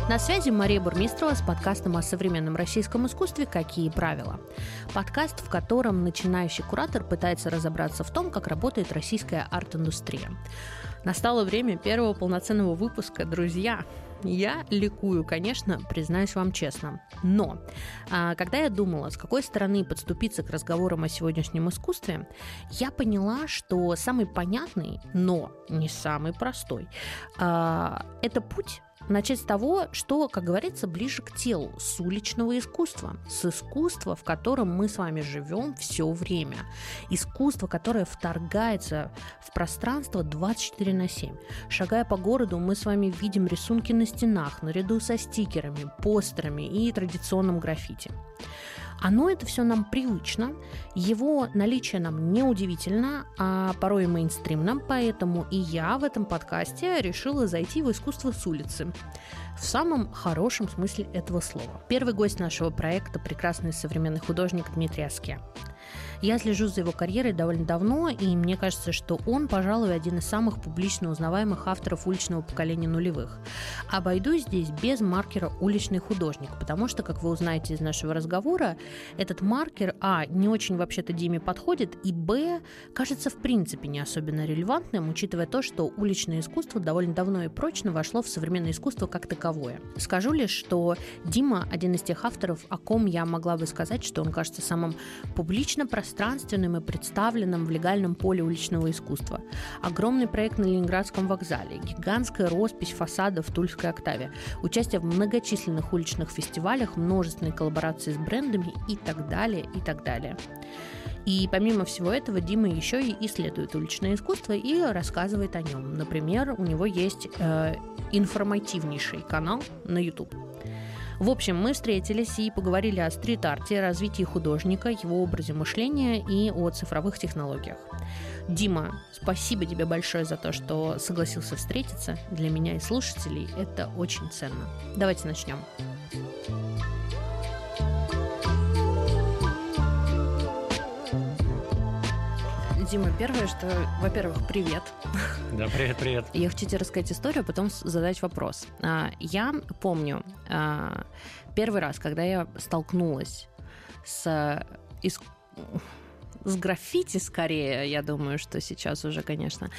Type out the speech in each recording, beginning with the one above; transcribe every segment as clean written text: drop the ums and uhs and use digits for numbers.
На связи Мария Бурмистрова с подкастом о современном российском искусстве «Какие правила?». Подкаст, в котором начинающий куратор пытается разобраться в том, как работает российская арт-индустрия. Настало время первого полноценного выпуска, друзья. Я ликую, конечно, признаюсь вам честно. Но когда я думала, с какой стороны подступиться к разговорам о сегодняшнем искусстве, я поняла, что самый понятный, но не самый простой, это путь начать с того, что, как говорится, ближе к телу, с уличного искусства, с искусства, в котором мы с вами живем все время. Искусство, которое вторгается в пространство 24/7. Шагая по городу, мы с вами видим рисунки на стенах, наряду со стикерами, постерами и традиционным граффити. Оно это все нам привычно, его наличие нам не удивительно, а порой и мейнстримно, поэтому и я в этом подкасте решила зайти в искусство с улицы. В самом хорошем смысле этого слова. Первый гость нашего проекта – прекрасный современный художник Дмитрий Аске. Я слежу за его карьерой довольно давно, и мне кажется, что он, пожалуй, один из самых публично узнаваемых авторов уличного поколения нулевых. Обойдусь здесь без маркера «уличный художник», потому что, как вы узнаете из нашего разговора, этот маркер, не очень вообще-то Диме подходит, и, кажется в принципе не особенно релевантным, учитывая то, что уличное искусство довольно давно и прочно вошло в современное искусство как таковое. Скажу лишь, что Дима – один из тех авторов, о ком я могла бы сказать, что он кажется самым публично пространственным и представленным в легальном поле уличного искусства. Огромный проект на Ленинградском вокзале, гигантская роспись фасада в Тульской Октаве, участие в многочисленных уличных фестивалях, множественные коллаборации с брендами и так далее, и так далее. И помимо всего этого Дима еще и исследует уличное искусство и рассказывает о нем. Например, у него есть информативнейший канал на YouTube. В общем, мы встретились и поговорили о стрит-арте, развитии художника, его образе мышления и о цифровых технологиях. Дима, спасибо тебе большое за то, что согласился встретиться. Для меня и слушателей это очень ценно. Давайте начнем. Дима, первое, что, во-первых, привет. Да, привет. Я хочу тебе рассказать историю, а потом задать вопрос. Я помню первый раз, когда я столкнулась с граффити, скорее, я думаю, что сейчас уже, конечно.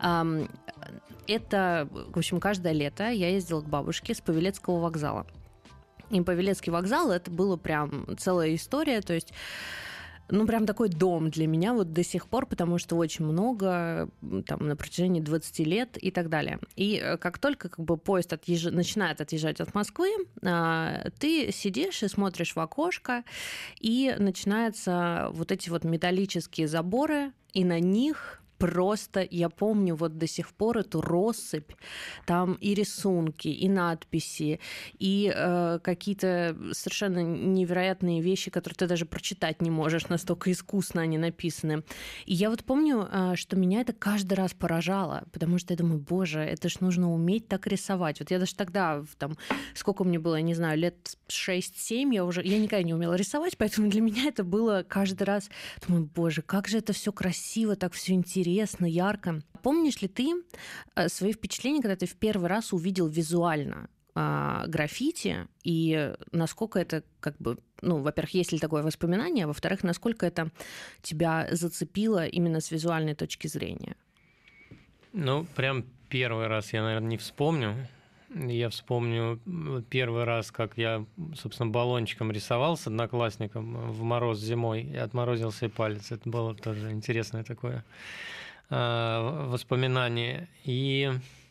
Это, в общем, каждое лето я ездила к бабушке с Павелецкого вокзала. И Павелецкий вокзал – это было прям целая история, то есть прям такой дом для меня вот до сих пор, потому что очень много, там, на протяжении 20 лет и так далее. И как только поезд начинает отъезжать от Москвы, ты сидишь и смотришь в окошко, и начинаются вот эти вот металлические заборы, и на них просто, я помню вот до сих пор эту россыпь, там и рисунки, и надписи, и какие-то совершенно невероятные вещи, которые ты даже прочитать не можешь, настолько искусно они написаны. И я вот помню, что меня это каждый раз поражало, потому что я думаю, боже, это ж нужно уметь так рисовать. Вот я даже тогда, сколько мне было, не знаю, лет 6-7, я никогда не умела рисовать, поэтому для меня это было каждый раз, думаю, боже, как же это все красиво, так все интересно, ярко. Помнишь ли ты свои впечатления, когда ты в первый раз увидел визуально граффити, и насколько это во-первых, есть ли такое воспоминание, а во-вторых, насколько это тебя зацепило именно с визуальной точки зрения? Прям первый раз я, наверное, не вспомню. Я вспомню первый раз, как я, собственно, баллончиком рисовал с одноклассником в мороз зимой, и отморозился и палец. Это было тоже интересное такое воспоминание. И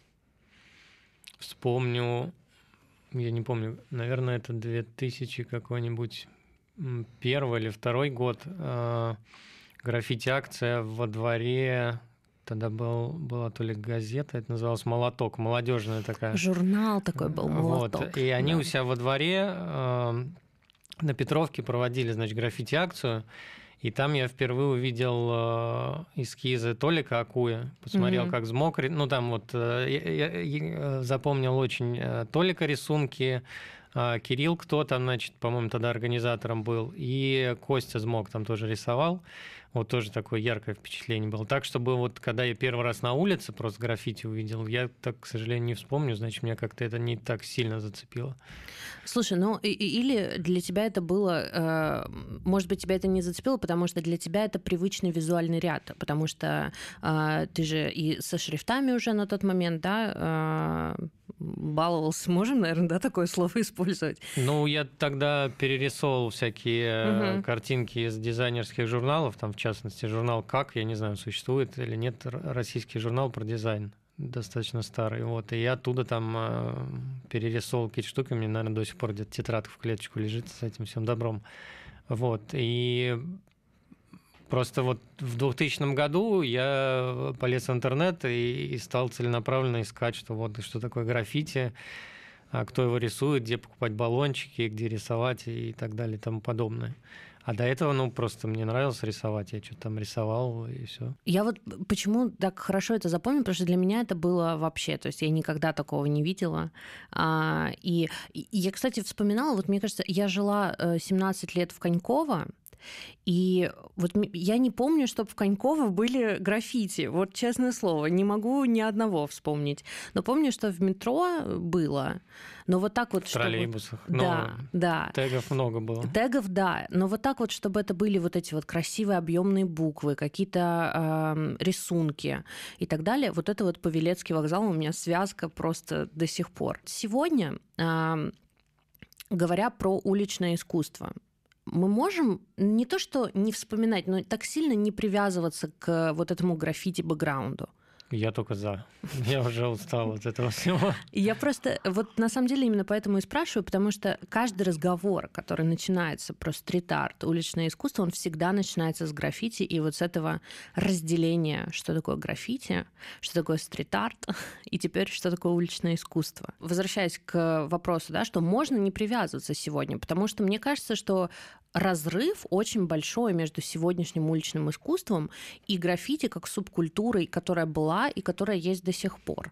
вспомню, я не помню, наверное, это 2000 какой-нибудь первый или второй год, граффити-акция во дворе. Тогда была то ли газета, это называлось «Молоток», молодежная такая. Журнал такой был «Молоток». Вот. И они у себя во дворе на Петровке проводили, граффити-акцию, и там я впервые увидел эскизы Толика Акуя, посмотрел, как Змок, я запомнил очень Толика рисунки, Кирилл по-моему, тогда организатором был, и Костя Змок там тоже рисовал. Вот тоже такое яркое впечатление было. Так, чтобы вот когда я первый раз на улице просто граффити увидел, я так, к сожалению, не вспомню, значит, меня как-то это не так сильно зацепило. Слушай, ну или для тебя это было, может быть, тебя это не зацепило, потому что для тебя это привычный визуальный ряд, потому что ты же и со шрифтами уже на тот момент, да, баловался, можем, наверное, да, такое слово использовать? Ну, я тогда перерисовывал всякие картинки из дизайнерских журналов, там, в частности, журнал «Как», я не знаю, существует или нет, российский журнал про дизайн, достаточно старый, вот, и я оттуда там перерисовывал какие-то штуки, у меня, наверное, до сих пор где-то тетрадка в клеточку лежит с этим всем добром, вот, и просто вот в 2000 году я полез в интернет и стал целенаправленно искать, что вот что такое граффити, кто его рисует, где покупать баллончики, где рисовать и так далее и тому подобное. А до этого, ну, просто мне нравилось рисовать, я что-то там рисовал, и все. Я вот почему так хорошо это запомнила, потому что для меня это было вообще, то есть я никогда такого не видела. И я, кстати, вспоминала, вот мне кажется, я жила 17 лет в Коньково, и вот я не помню, чтобы в Коньково были граффити. Вот честное слово, не могу ни одного вспомнить. Но помню, что в метро было. Но вот так вот... В троллейбусах. Да, да. Тегов много было. Тегов, да. Но вот так вот, чтобы это были вот эти вот красивые объемные буквы, какие-то рисунки и так далее. Вот это вот Павелецкий вокзал у меня связка просто до сих пор. Сегодня, говоря про уличное искусство, мы можем не то что не вспоминать, но так сильно не привязываться к вот этому граффити-бэкграунду. Я только за. Я уже устал от этого всего. Я просто, вот на самом деле именно поэтому и спрашиваю, потому что каждый разговор, который начинается про стрит-арт, уличное искусство, он всегда начинается с граффити и вот с этого разделения, что такое граффити, что такое стрит-арт и теперь что такое уличное искусство. Возвращаясь к вопросу, да, что можно не привязываться сегодня, потому что мне кажется, что разрыв очень большой между сегодняшним уличным искусством и граффити как субкультурой, которая была и которая есть до сих пор.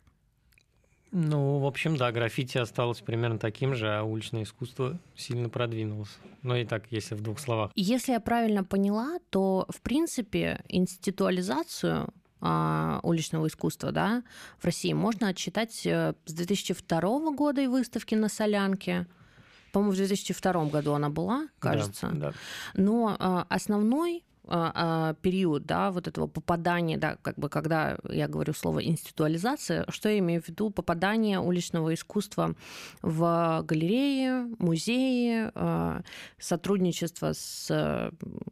Ну, в общем, да, граффити осталось примерно таким же, а уличное искусство сильно продвинулось. Ну и так, если в двух словах. Если я правильно поняла, то, в принципе, институализацию уличного искусства, да, в России можно отсчитать с 2002 года и выставки на Солянке. По-моему, в 2002 году она была, кажется. Да, да. Но основной период, да, вот этого попадания, да, как бы когда я говорю слово институализация, что я имею в виду? Попадание уличного искусства в галереи, музеи, сотрудничество с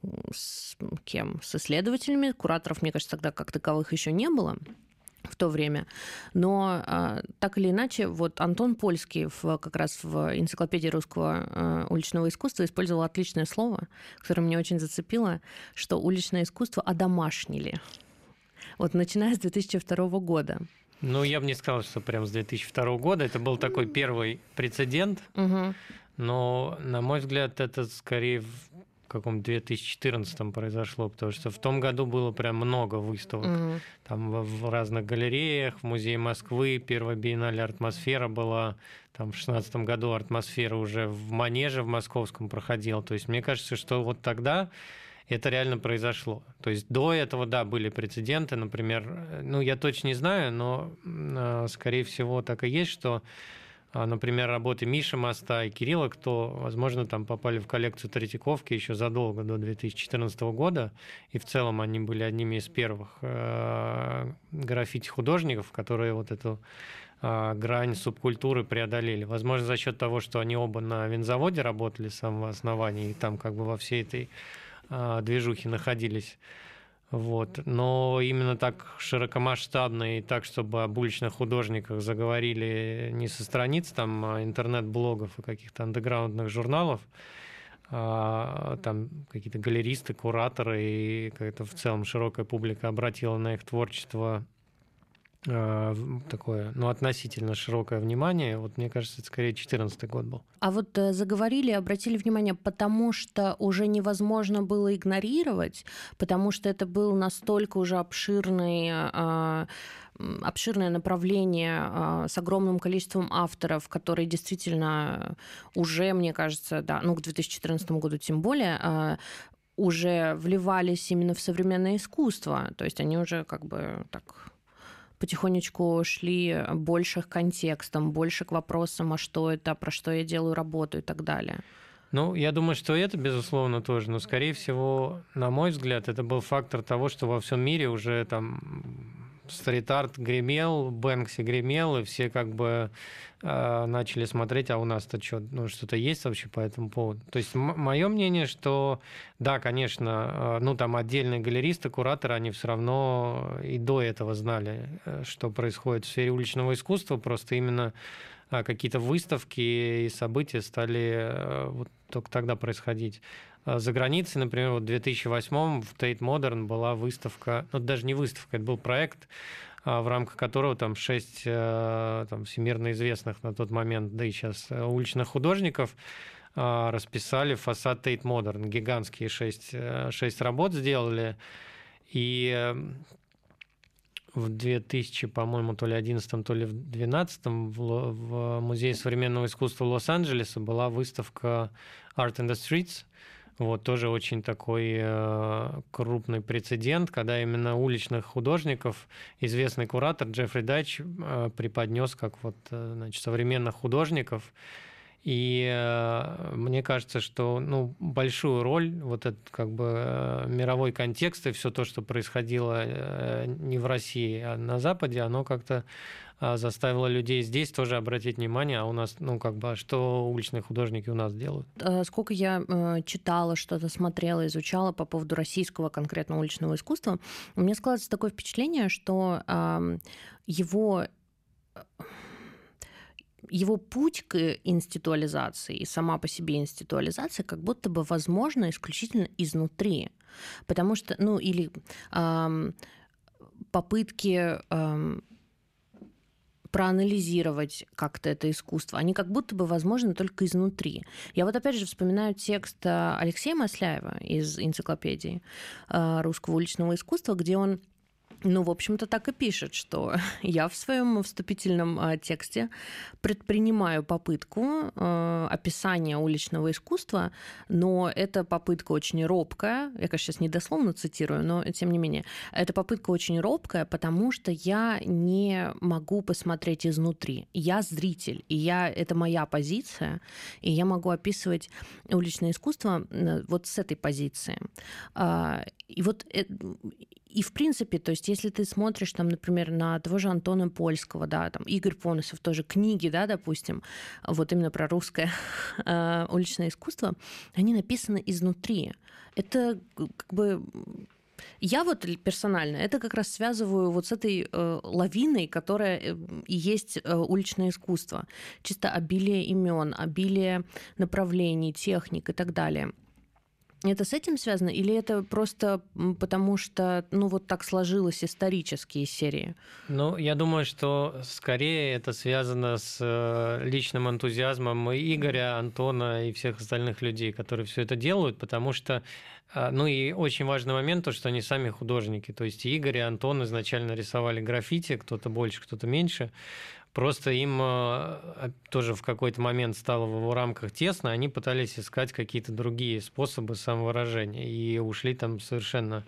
кем? С исследователями. Кураторов, мне кажется, тогда как таковых еще не было в то время. Но так или иначе, вот Антон Польский как раз в энциклопедии русского уличного искусства использовал отличное слово, которое меня очень зацепило, что уличное искусство одомашнили. Вот начиная с 2002 года. Ну, я бы не сказал, что прям с 2002 года. Это был такой первый прецедент. Угу. Но, на мой взгляд, это скорее в каком 2014 произошло, потому что в том году было прям много выставок. Там в разных галереях, в Музее Москвы, первая биеннале «Артмосфера» была, там в 2016 году «Артмосфера» уже в Манеже в Московском проходила. То есть мне кажется, что вот тогда это реально произошло. То есть до этого, да, были прецеденты, например, ну, я точно не знаю, но, скорее всего, так и есть, что например, работы Миши Моста и Кирилла, кто, возможно, там попали в коллекцию Третьяковки еще задолго до 2014 года, и в целом они были одними из первых граффити-художников, которые вот эту грань субкультуры преодолели. Возможно, за счет того, что они оба на винзаводе работали с самого основания, и там как бы во всей этой движухе находились. Вот. Но именно так широкомасштабно и так, чтобы об уличных художниках заговорили не со страниц там, интернет-блогов и каких-то андеграундных журналов, а там какие-то галеристы, кураторы и какая-то в целом широкая публика обратила на их творчество такое, ну, относительно широкое внимание. Вот мне кажется, это скорее 2014 год был. А вот заговорили, обратили внимание, потому что уже невозможно было игнорировать, потому что это был настолько уже обширное направление с огромным количеством авторов, которые действительно уже, мне кажется, да, ну, к 2014 году тем более, уже вливались именно в современное искусство. То есть они уже как бы так потихонечку шли больше к контекстам, больше к вопросам, а что это, про что я делаю работу и так далее. Ну, я думаю, что это, безусловно, тоже. Но, скорее всего, на мой взгляд, это был фактор того, что во всем мире уже там стрит-арт гремел, Бэнкси гремел, и все как бы начали смотреть, а у нас-то что, ну, что-то есть вообще по этому поводу. То есть мое мнение, что да, конечно, ну там отдельные галеристы, кураторы, они все равно и до этого знали, что происходит в сфере уличного искусства, просто именно какие-то выставки и события стали вот только тогда происходить. За границей, например, в 2008 в Tate Modern была выставка, ну, даже не выставка, это был проект, в рамках которого там 6 там, всемирно известных на тот момент, да и сейчас, уличных художников расписали фасад Tate Modern. Гигантские 6 работ сделали. И в 2000, по-моему, то ли 11, то ли в 2012 в Музее современного искусства Лос-Анджелеса была выставка Art in the Streets. Вот, тоже очень такой крупный прецедент, когда именно уличных художников известный куратор Джеффри Дайч преподнес как вот, значит, современных художников. И мне кажется, что ну, большую роль вот этот как бы мировой контекст и все то, что происходило не в России, а на Западе, оно как-то заставило людей здесь тоже обратить внимание, а у нас, ну, как бы, что уличные художники у нас делают. Сколько я читала, что-то смотрела, изучала по поводу российского конкретно уличного искусства, у меня складывается такое впечатление, что его путь к институализации и сама по себе институализация как будто бы возможна исключительно изнутри. Потому что, ну, или попытки проанализировать как-то это искусство, они как будто бы возможны только изнутри. Я вот опять же вспоминаю текст Алексея Масляева из энциклопедии русского уличного искусства, где он, ну, в общем-то, так и пишет, что я в своем вступительном тексте предпринимаю попытку описания уличного искусства, но эта попытка очень робкая. Я, конечно, сейчас недословно цитирую, но тем не менее. Эта попытка очень робкая, потому что я не могу посмотреть изнутри. Я зритель, и это моя позиция, и я могу описывать уличное искусство вот с этой позиции. И вот... И, в принципе, то есть, если ты смотришь, там, например, на того же Антона Польского, да, там, Игорь Поносов, тоже книги, да, допустим, вот именно про русское уличное искусство, они написаны изнутри. Это как бы... Я вот персонально это как раз связываю вот с этой лавиной, которая и есть уличное искусство. Чисто обилие имен, обилие направлений, техник и так далее. Это с этим связано? Или это просто потому, что, ну, вот так сложилось исторически из серии? Ну, я думаю, что скорее это связано с личным энтузиазмом и Игоря, Антона и всех остальных людей, которые все это делают, потому что, ну, и очень важный момент, то, что они сами художники. То есть Игорь и Антон изначально рисовали граффити, кто-то больше, кто-то меньше. Просто им тоже в какой-то момент стало в его рамках тесно, они пытались искать какие-то другие способы самовыражения и ушли там совершенно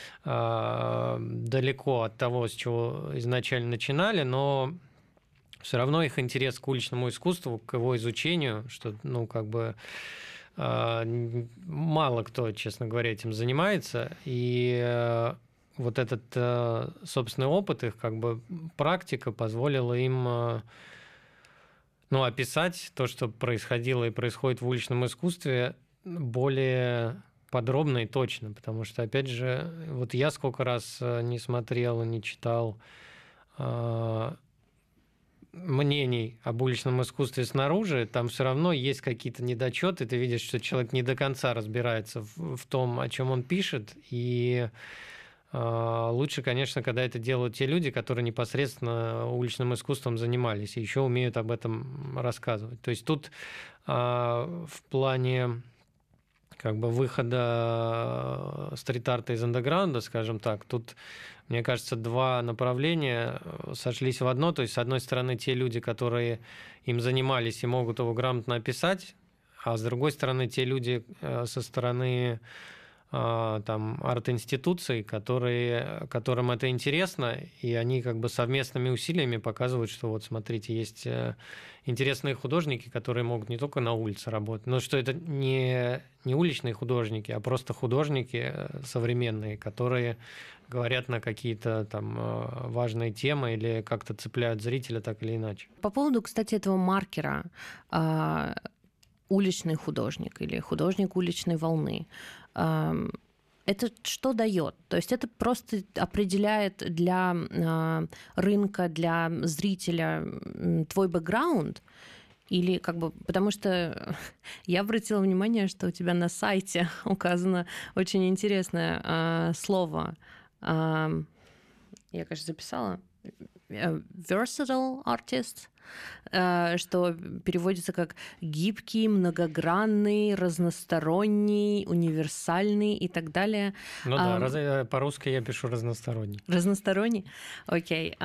далеко от того, с чего изначально начинали, но все равно их интерес к уличному искусству, к его изучению, что, ну, как бы мало кто, честно говоря, этим занимается, и вот этот собственный опыт, их как бы практика позволила им, ну, описать то, что происходило и происходит в уличном искусстве более подробно и точно, потому что, опять же, вот я сколько раз не смотрел и не читал мнений об уличном искусстве снаружи, там все равно есть какие-то недочеты, ты видишь, что человек не до конца разбирается в том, о чем он пишет, и лучше, конечно, когда это делают те люди, которые непосредственно уличным искусством занимались и еще умеют об этом рассказывать. То есть тут в плане как бы выхода стрит-арта из андеграунда, скажем так, тут, мне кажется, два направления сошлись в одно. То есть, с одной стороны, те люди, которые им занимались и могут его грамотно описать, а с другой стороны, те люди со стороны там арт-институций, которым это интересно, и они как бы совместными усилиями показывают, что вот смотрите, есть интересные художники, которые могут не только на улице работать, но что это не уличные художники, а просто художники современные, которые говорят на какие-то там важные темы или как-то цепляют зрителя так или иначе. По поводу, кстати, этого маркера уличный художник или художник уличной волны, это что дает? То есть это просто определяет для рынка, для зрителя твой бэкграунд? Или как бы, потому что я обратила внимание, что у тебя на сайте указано очень интересное слово. Я, конечно, записала. Versatile artist, что переводится как гибкий, многогранный, разносторонний, универсальный и так далее. Ну да, по-русски я пишу разносторонний. Разносторонний? Окей.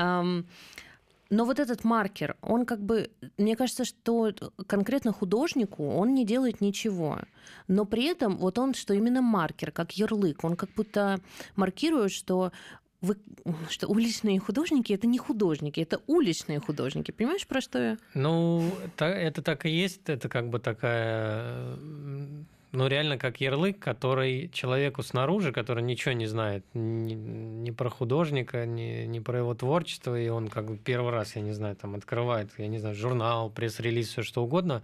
Но вот этот маркер, он как бы, мне кажется, что конкретно художнику он не делает ничего. Но при этом вот он, что именно маркер, как ярлык, он как будто маркирует, что уличные художники – это не художники, это уличные художники. Понимаешь, про что я? Ну, это так и есть. Это как бы такая... Ну, реально как ярлык, который человеку снаружи, который ничего не знает ни про художника, ни про его творчество, и он как бы первый раз, я не знаю, там открывает, я не знаю, журнал, пресс-релиз, все что угодно,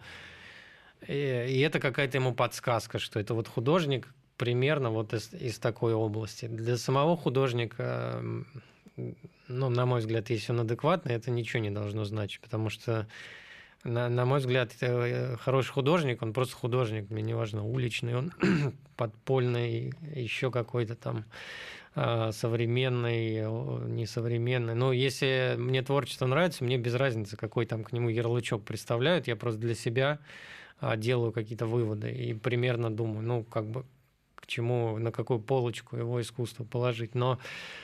и это какая-то ему подсказка, что это вот художник, примерно вот из такой области. Для самого художника, ну, на мой взгляд, если он адекватный, это ничего не должно значить, потому что, на мой взгляд, хороший художник, он просто художник, мне не важно, уличный, он подпольный, еще какой-то там современный, несовременный. Но если мне творчество нравится, мне без разницы, какой там к нему ярлычок представляют, я просто для себя делаю какие-то выводы и примерно думаю, ну, как бы, к чему, на какую полочку его искусство положить. Но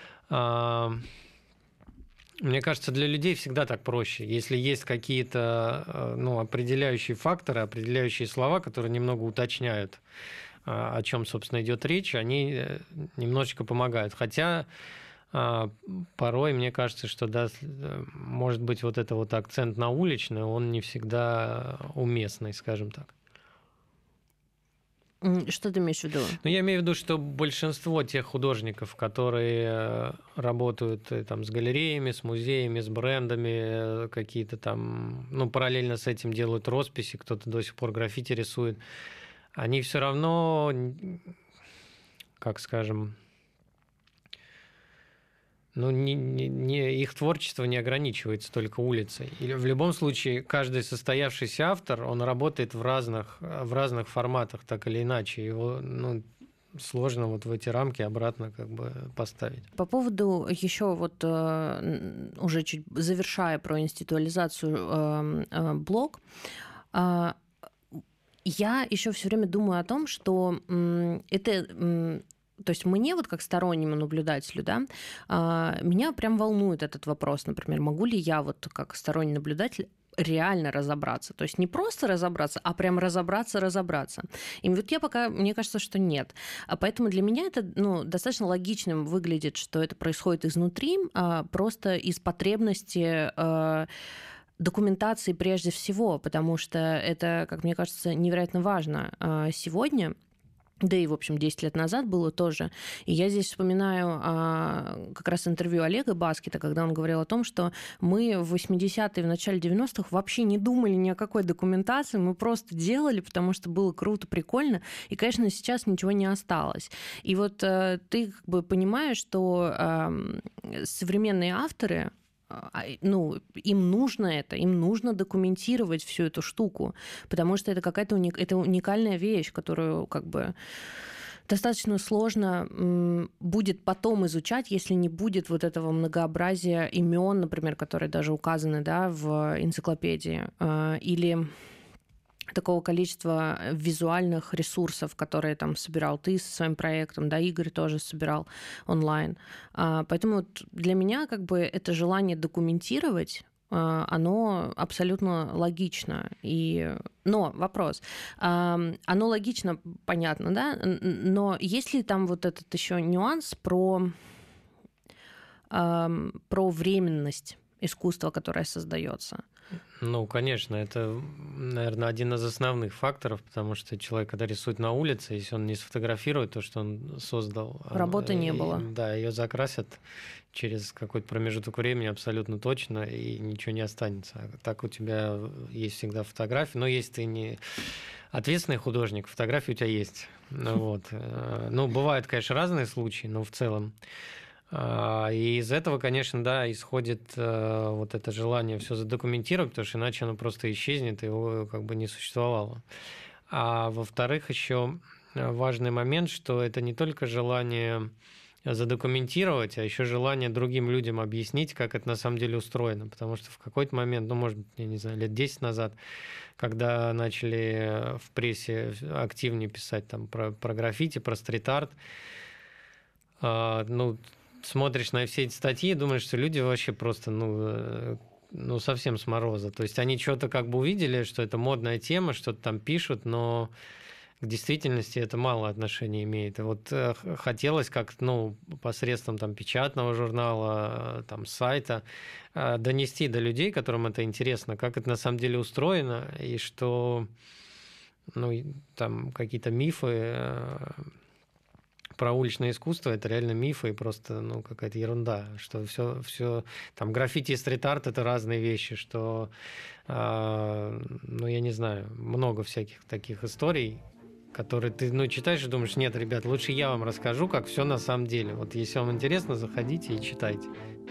мне кажется, для людей всегда так проще. Если есть какие-то определяющие факторы, определяющие слова, которые немного уточняют, о чем, собственно, идет речь, они немножечко помогают. Хотя порой мне кажется, что да, может быть, вот это вот акцент на уличный, он не всегда уместный, скажем так. Что ты имеешь в виду? Ну, я имею в виду, что большинство тех художников, которые работают там с галереями, с музеями, с брендами, какие-то там, ну, параллельно с этим делают росписи, кто-то до сих пор граффити рисует, они все равно, как скажем, ну, их творчество не ограничивается только улицей. И в любом случае, каждый состоявшийся автор, он работает в разных форматах, так или иначе. Его сложно вот в эти рамки обратно как бы поставить. По поводу еще вот уже чуть завершая про институализацию блог, я еще все время думаю о том, что это... То есть мне вот как стороннему наблюдателю, да, меня прям волнует этот вопрос, например, могу ли я вот как сторонний наблюдатель реально разобраться. То есть не просто разобраться, а прям разобраться. И вот я пока, мне кажется, что нет. Поэтому для меня это достаточно логичным выглядит, что это происходит изнутри, просто из потребности документации прежде всего, потому что это, как мне кажется, невероятно важно сегодня. Да и, в общем, 10 лет назад было тоже. И я здесь вспоминаю как раз интервью Олега Баскета, когда он говорил о том, что мы в 80-е, в начале 90-х вообще не думали ни о какой документации, мы просто делали, потому что было круто, прикольно. И, конечно, сейчас ничего не осталось. И вот ты как бы понимаешь, что современные авторы, им нужно это, им нужно документировать всю эту штуку, потому что это какая-то это уникальная вещь, которую как бы достаточно сложно будет потом изучать, если не будет вот этого многообразия имен, например, которые даже указаны, да, в энциклопедии, или такого количества визуальных ресурсов, которые там собирал ты со своим проектом, да, Игорь тоже собирал онлайн. Поэтому вот для меня как бы это желание документировать оно абсолютно логично. Но вопрос, оно логично, понятно, да? Но есть ли там вот этот еще нюанс про временность искусства, которое создается? Ну, конечно, это, наверное, один из основных факторов, потому что человек, когда рисует на улице, если он не сфотографирует то, что он создал, работы не было. Да, ее закрасят через какой-то промежуток времени абсолютно точно, и ничего не останется. Так у тебя есть всегда фотографии, но если ты не ответственный художник, фотографии у тебя есть. Вот. Ну, бывают, конечно, разные случаи, но в целом. И из этого, конечно, да, исходит вот это желание все задокументировать, потому что иначе оно просто исчезнет, и его как бы не существовало. А во-вторых, еще важный момент, что это не только желание задокументировать, а еще желание другим людям объяснить, как это на самом деле устроено. Потому что в какой-то момент, ну, может быть, я не знаю, лет 10 назад, когда начали в прессе активнее писать там про граффити, про стрит-арт, ну, смотришь на все эти статьи и думаешь, что люди вообще просто, ну, совсем с мороза. То есть они что-то как бы увидели, что это модная тема, что-то там пишут, но к действительности это мало отношения имеет. И вот хотелось как-то, ну, посредством там печатного журнала, там сайта донести до людей, которым это интересно, как это на самом деле устроено, и что, ну, там какие-то мифы про уличное искусство — это реально мифы и просто, ну, какая-то ерунда, что все там граффити и стрит-арт — это разные вещи, что, ну, я не знаю, много всяких таких историй, которые ты, ну, читаешь и думаешь, нет, ребят, лучше я вам расскажу, как все на самом деле. Вот если вам интересно, заходите и читайте.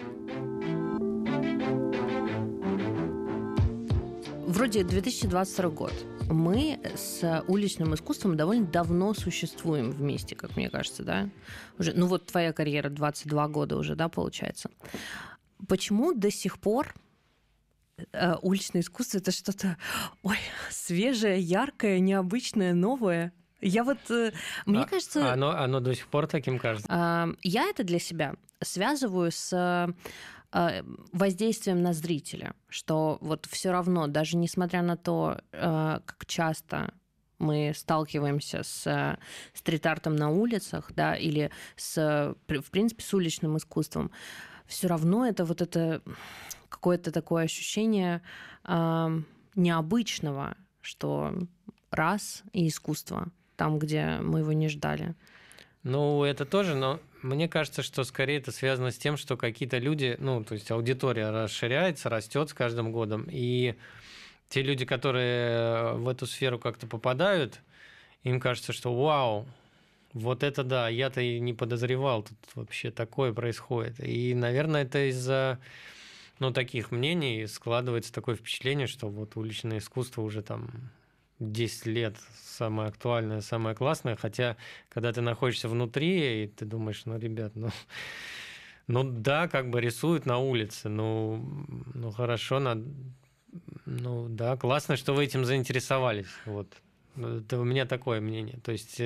Вроде 2022 год. Мы с уличным искусством довольно давно существуем вместе, как мне кажется, да? Уже, ну вот твоя карьера 22 года уже, да, получается. Почему до сих пор уличное искусство — это что-то, ой, свежее, яркое, необычное, новое? Я вот, мне кажется... Оно до сих пор таким кажется? Я это для себя связываю с воздействием на зрителя, что вот все равно, даже несмотря на то, как часто мы сталкиваемся с стрит-артом на улицах, да, или в принципе, с уличным искусством, все равно это вот это какое-то такое ощущение необычного, что раз и искусство там, где мы его не ждали. Ну, это тоже, но мне кажется, что скорее это связано с тем, что какие-то люди, ну, то есть аудитория расширяется, растет с каждым годом, и те люди, которые в эту сферу как-то попадают, им кажется, что вау, вот это да, я-то и не подозревал, тут вообще такое происходит. И, наверное, это из-за, ну, таких мнений складывается такое впечатление, что вот уличное искусство уже там 10 лет самое актуальное, самое классное, хотя, когда ты находишься внутри, и ты думаешь, ну, ребят, ну да, как бы рисуют на улице, ну хорошо, ну да, классно, что вы этим заинтересовались, вот. Это у меня такое мнение, то есть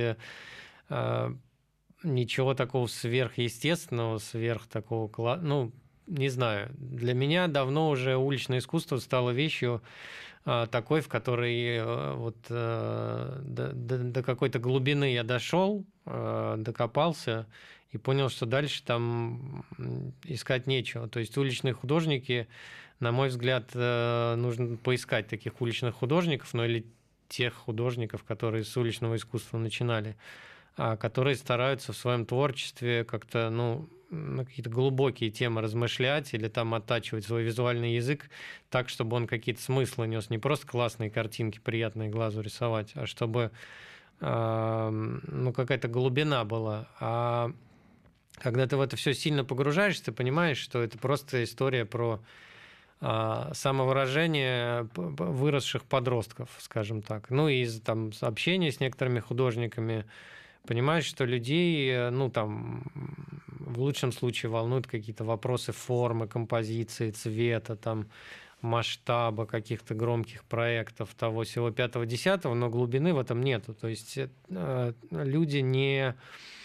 ничего такого сверхъестественного, сверх такого, ну, не знаю, для меня давно уже уличное искусство стало вещью такой, в которой вот до какой-то глубины я дошел, докопался и понял, что дальше там искать нечего. То есть уличные художники, на мой взгляд, нужно поискать таких уличных художников, ну или тех художников, которые с уличного искусства начинали, которые стараются в своем творчестве как-то, ну, на какие-то глубокие темы размышлять или там оттачивать свой визуальный язык так, чтобы он какие-то смыслы нес, не просто классные картинки, приятные глазу рисовать, а чтобы ну, какая-то глубина была. А когда ты в это все сильно погружаешься, ты понимаешь, что это просто история про самовыражение выросших подростков, скажем так. Ну, и из там общения с некоторыми художниками понимаешь, что людей, ну, там, в лучшем случае волнуют какие-то вопросы формы, композиции, цвета, там, масштаба каких-то громких проектов, того всего 5-10, но глубины в этом нету. То есть люди не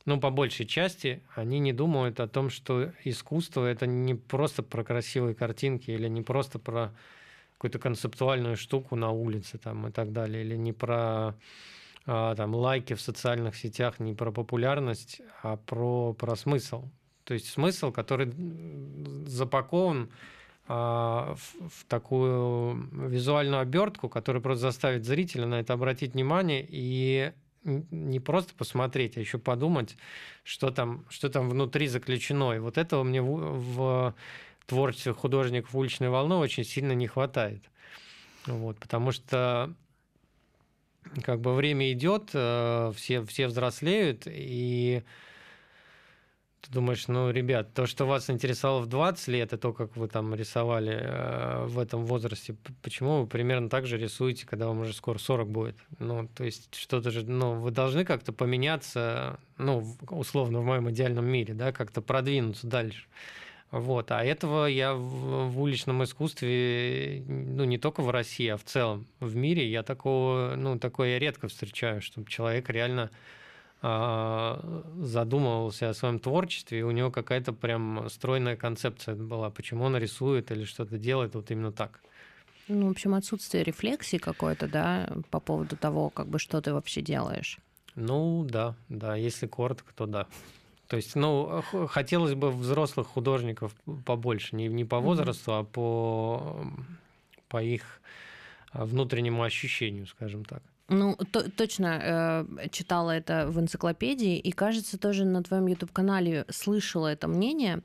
ну, по большей части, они не думают о том, что искусство – это не просто про красивые картинки или не просто про какую-то концептуальную штуку на улице там, и так далее, или не про там, лайки в социальных сетях, не про популярность, а про смысл. То есть смысл, который запакован в такую визуальную обертку, которая просто заставит зрителя на это обратить внимание и не просто посмотреть, а еще подумать, что там внутри заключено. И вот этого мне в творчестве художников уличной волны очень сильно не хватает. Вот, потому что как бы время идет, все взрослеют, и ты думаешь, ну, ребят, то, что вас интересовало в 20 лет, и то, как вы там рисовали в этом возрасте, почему вы примерно так же рисуете, когда вам уже скоро 40 будет? Ну, то есть что-то же, ну, вы должны как-то поменяться, ну, условно, в моем идеальном мире, да, как-то продвинуться дальше. Вот. А этого я в уличном искусстве, ну, не только в России, а в целом в мире, я такое я редко встречаю, чтобы человек реально задумывался о своем творчестве, и у него какая-то прям стройная концепция была, почему он рисует или что-то делает вот именно так. Ну, в общем, отсутствие рефлексии какой-то, да, по поводу того, как бы, что ты вообще делаешь. Ну, да, если коротко, то да. То есть, ну, хотелось бы взрослых художников побольше, не по возрасту, а по их внутреннему ощущению, скажем так. Ну, точно читала это в энциклопедии, и, кажется, тоже на твоем YouTube-канале слышала это мнение,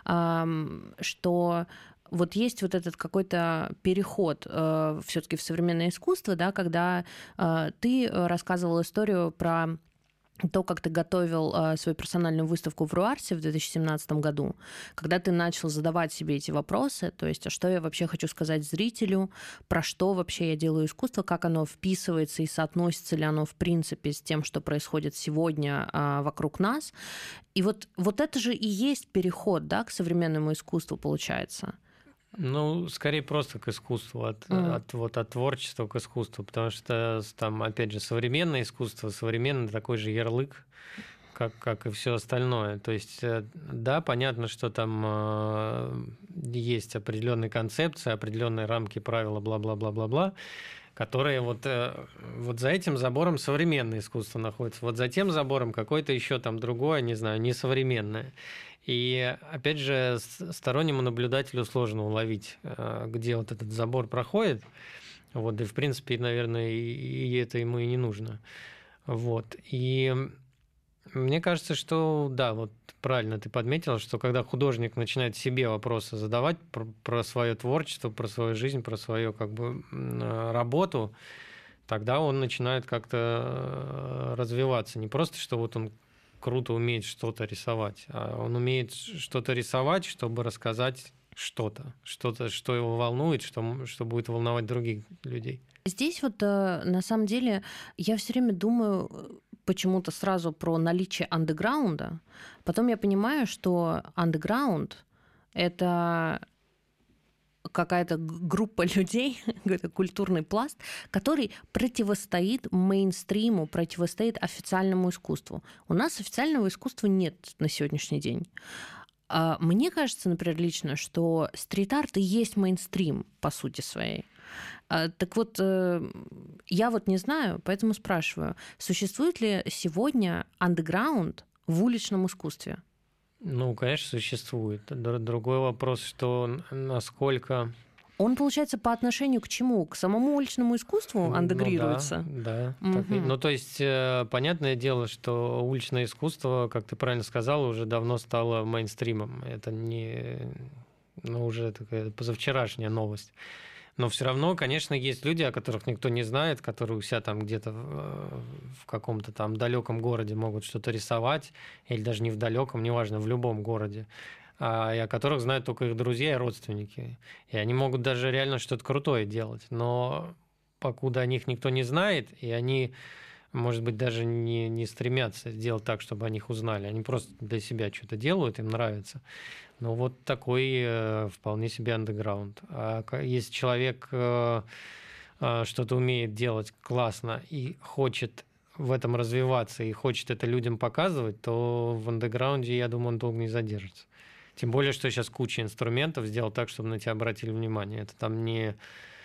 что вот есть вот этот какой-то переход все-таки в современное искусство, да, когда ты рассказывал историю про то, как ты готовил свою персональную выставку в Руарсе в 2017 году, когда ты начал задавать себе эти вопросы, то есть, а что я вообще хочу сказать зрителю, про что вообще я делаю искусство, как оно вписывается и соотносится ли оно в принципе с тем, что происходит сегодня вокруг нас. И вот это же и есть переход, да, к современному искусству, получается. Ну, скорее просто к искусству, от творчества к искусству, потому что там, опять же, современное искусство, современный такой же ярлык, как и все остальное. То есть, да, понятно, что там есть определенные концепции, определенные рамки, правила, бла-бла-бла-бла-бла, которые вот за этим забором современное искусство находится, вот за тем забором какое-то еще там другое, не знаю, несовременное. И, опять же, стороннему наблюдателю сложно уловить, где вот этот забор проходит. Вот, и, в принципе, наверное, и это ему и не нужно. Вот. И мне кажется, что, да, вот правильно ты подметила, что когда художник начинает себе вопросы задавать про свое творчество, про свою жизнь, про свою как бы работу, тогда он начинает как-то развиваться. Не просто, что вот он круто умеет что-то рисовать, а он умеет что-то рисовать, чтобы рассказать что-то, что его волнует, что будет волновать других людей. Здесь вот на самом деле я все время думаю почему-то сразу про наличие андеграунда, потом я понимаю, что андеграунд – это какая-то группа людей, какой-то культурный пласт, который противостоит мейнстриму, противостоит официальному искусству. У нас официального искусства нет на сегодняшний день. Мне кажется, например, лично, что стрит-арт и есть мейнстрим по сути своей. Так вот, я вот не знаю, поэтому спрашиваю, существует ли сегодня андеграунд в уличном искусстве? Ну, конечно, существует. Другой вопрос, что насколько... Он, получается, по отношению к чему? К самому уличному искусству андегрируется? Ну, да. Угу. Ну, то есть, понятное дело, что уличное искусство, как ты правильно сказала, уже давно стало мейнстримом. Это не... Ну, уже такая позавчерашняя новость. Но все равно, конечно, есть люди, о которых никто не знает, которые у себя там где-то в каком-то там далеком городе могут что-то рисовать, или даже не в далеком, неважно, в любом городе, и о которых знают только их друзья и родственники. И они могут даже реально что-то крутое делать. Но покуда о них никто не знает, и они, может быть, даже не стремятся сделать так, чтобы о них узнали. Они просто для себя что-то делают, им нравится. Ну, вот такой вполне себе андеграунд. А если человек что-то умеет делать классно и хочет в этом развиваться и хочет это людям показывать, то в андеграунде, я думаю, он долго не задержится. Тем более, что сейчас куча инструментов сделал так, чтобы на тебя обратили внимание. Это там не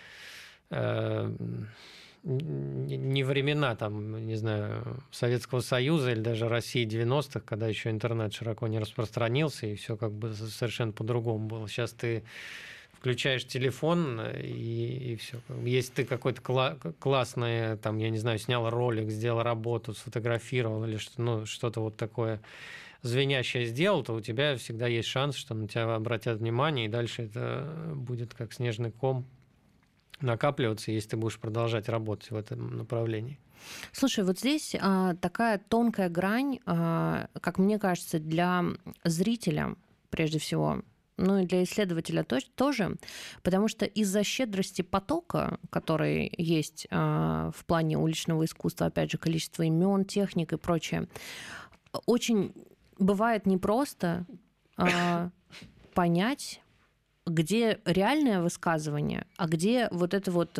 времена, там, не знаю, Советского Союза или даже России 90-х, когда еще интернет широко не распространился, и все как бы совершенно по-другому было. Сейчас ты включаешь телефон, и все. Если ты какой-то классный, там, я не знаю, снял ролик, сделал работу, сфотографировал или что-то вот такое звенящее сделал, то у тебя всегда есть шанс, что на тебя обратят внимание, и дальше это будет как снежный ком накапливаться, если ты будешь продолжать работать в этом направлении. Слушай, вот здесь такая тонкая грань, как мне кажется, для зрителя, прежде всего, ну и для исследователя тоже, потому что из-за щедрости потока, который есть в плане уличного искусства, опять же, количество имен, техник и прочее, очень бывает непросто понять, где реальное высказывание, а где вот это вот,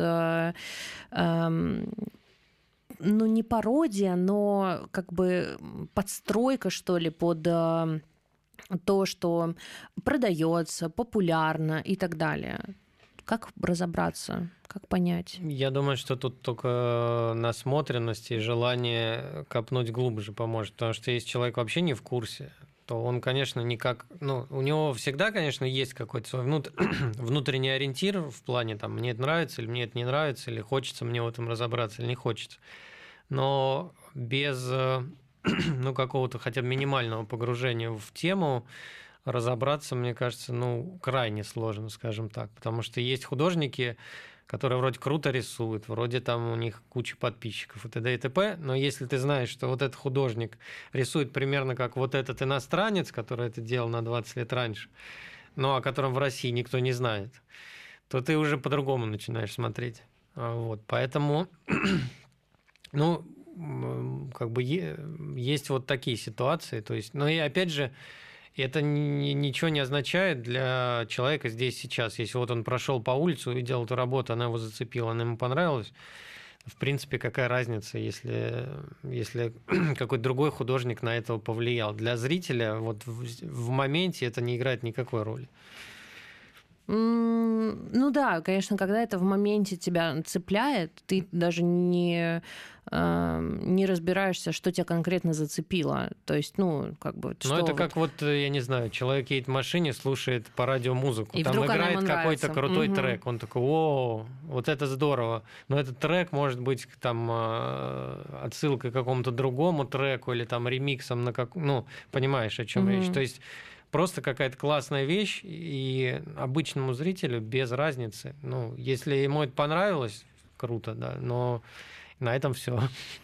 ну, не пародия, но как бы подстройка, что ли, под то, что продается, популярно и так далее. Как разобраться, как понять? Я думаю, что тут только насмотренность и желание копнуть глубже поможет, потому что если человек вообще не в курсе, то он, конечно, никак... Ну, у него всегда, конечно, есть какой-то свой внутренний ориентир в плане, там, мне это нравится или мне это не нравится, или хочется мне в этом разобраться или не хочется. Но без какого-то хотя бы минимального погружения в тему разобраться, мне кажется, крайне сложно, скажем так. Потому что есть художники, которые вроде круто рисуют, вроде там у них куча подписчиков и т.д. и т.п., но если ты знаешь, что вот этот художник рисует примерно как вот этот иностранец, который это делал на 20 лет раньше, но о котором в России никто не знает, то ты уже по-другому начинаешь смотреть. Вот, поэтому, как бы есть вот такие ситуации. То есть, и опять же, это ничего не означает для человека здесь сейчас. Если вот он прошел по улице, увидел эту работу, она его зацепила, она ему понравилась, в принципе, какая разница, если какой-то другой художник на это повлиял. Для зрителя вот в моменте это не играет никакой роли. Ну да, конечно, когда это в моменте тебя цепляет, ты даже не разбираешься, что тебя конкретно зацепило. То есть, как бы... это как я не знаю, человек едет в машине, слушает по радио музыку, и там играет какой-то крутой угу. трек, он такой: о, вот это здорово. Но этот трек может быть там отсылкой к какому-то другому треку или там ремиксом на понимаешь, о чем речь. То есть просто какая-то классная вещь, и обычному зрителю без разницы. Если ему это понравилось, круто, да, но на этом все.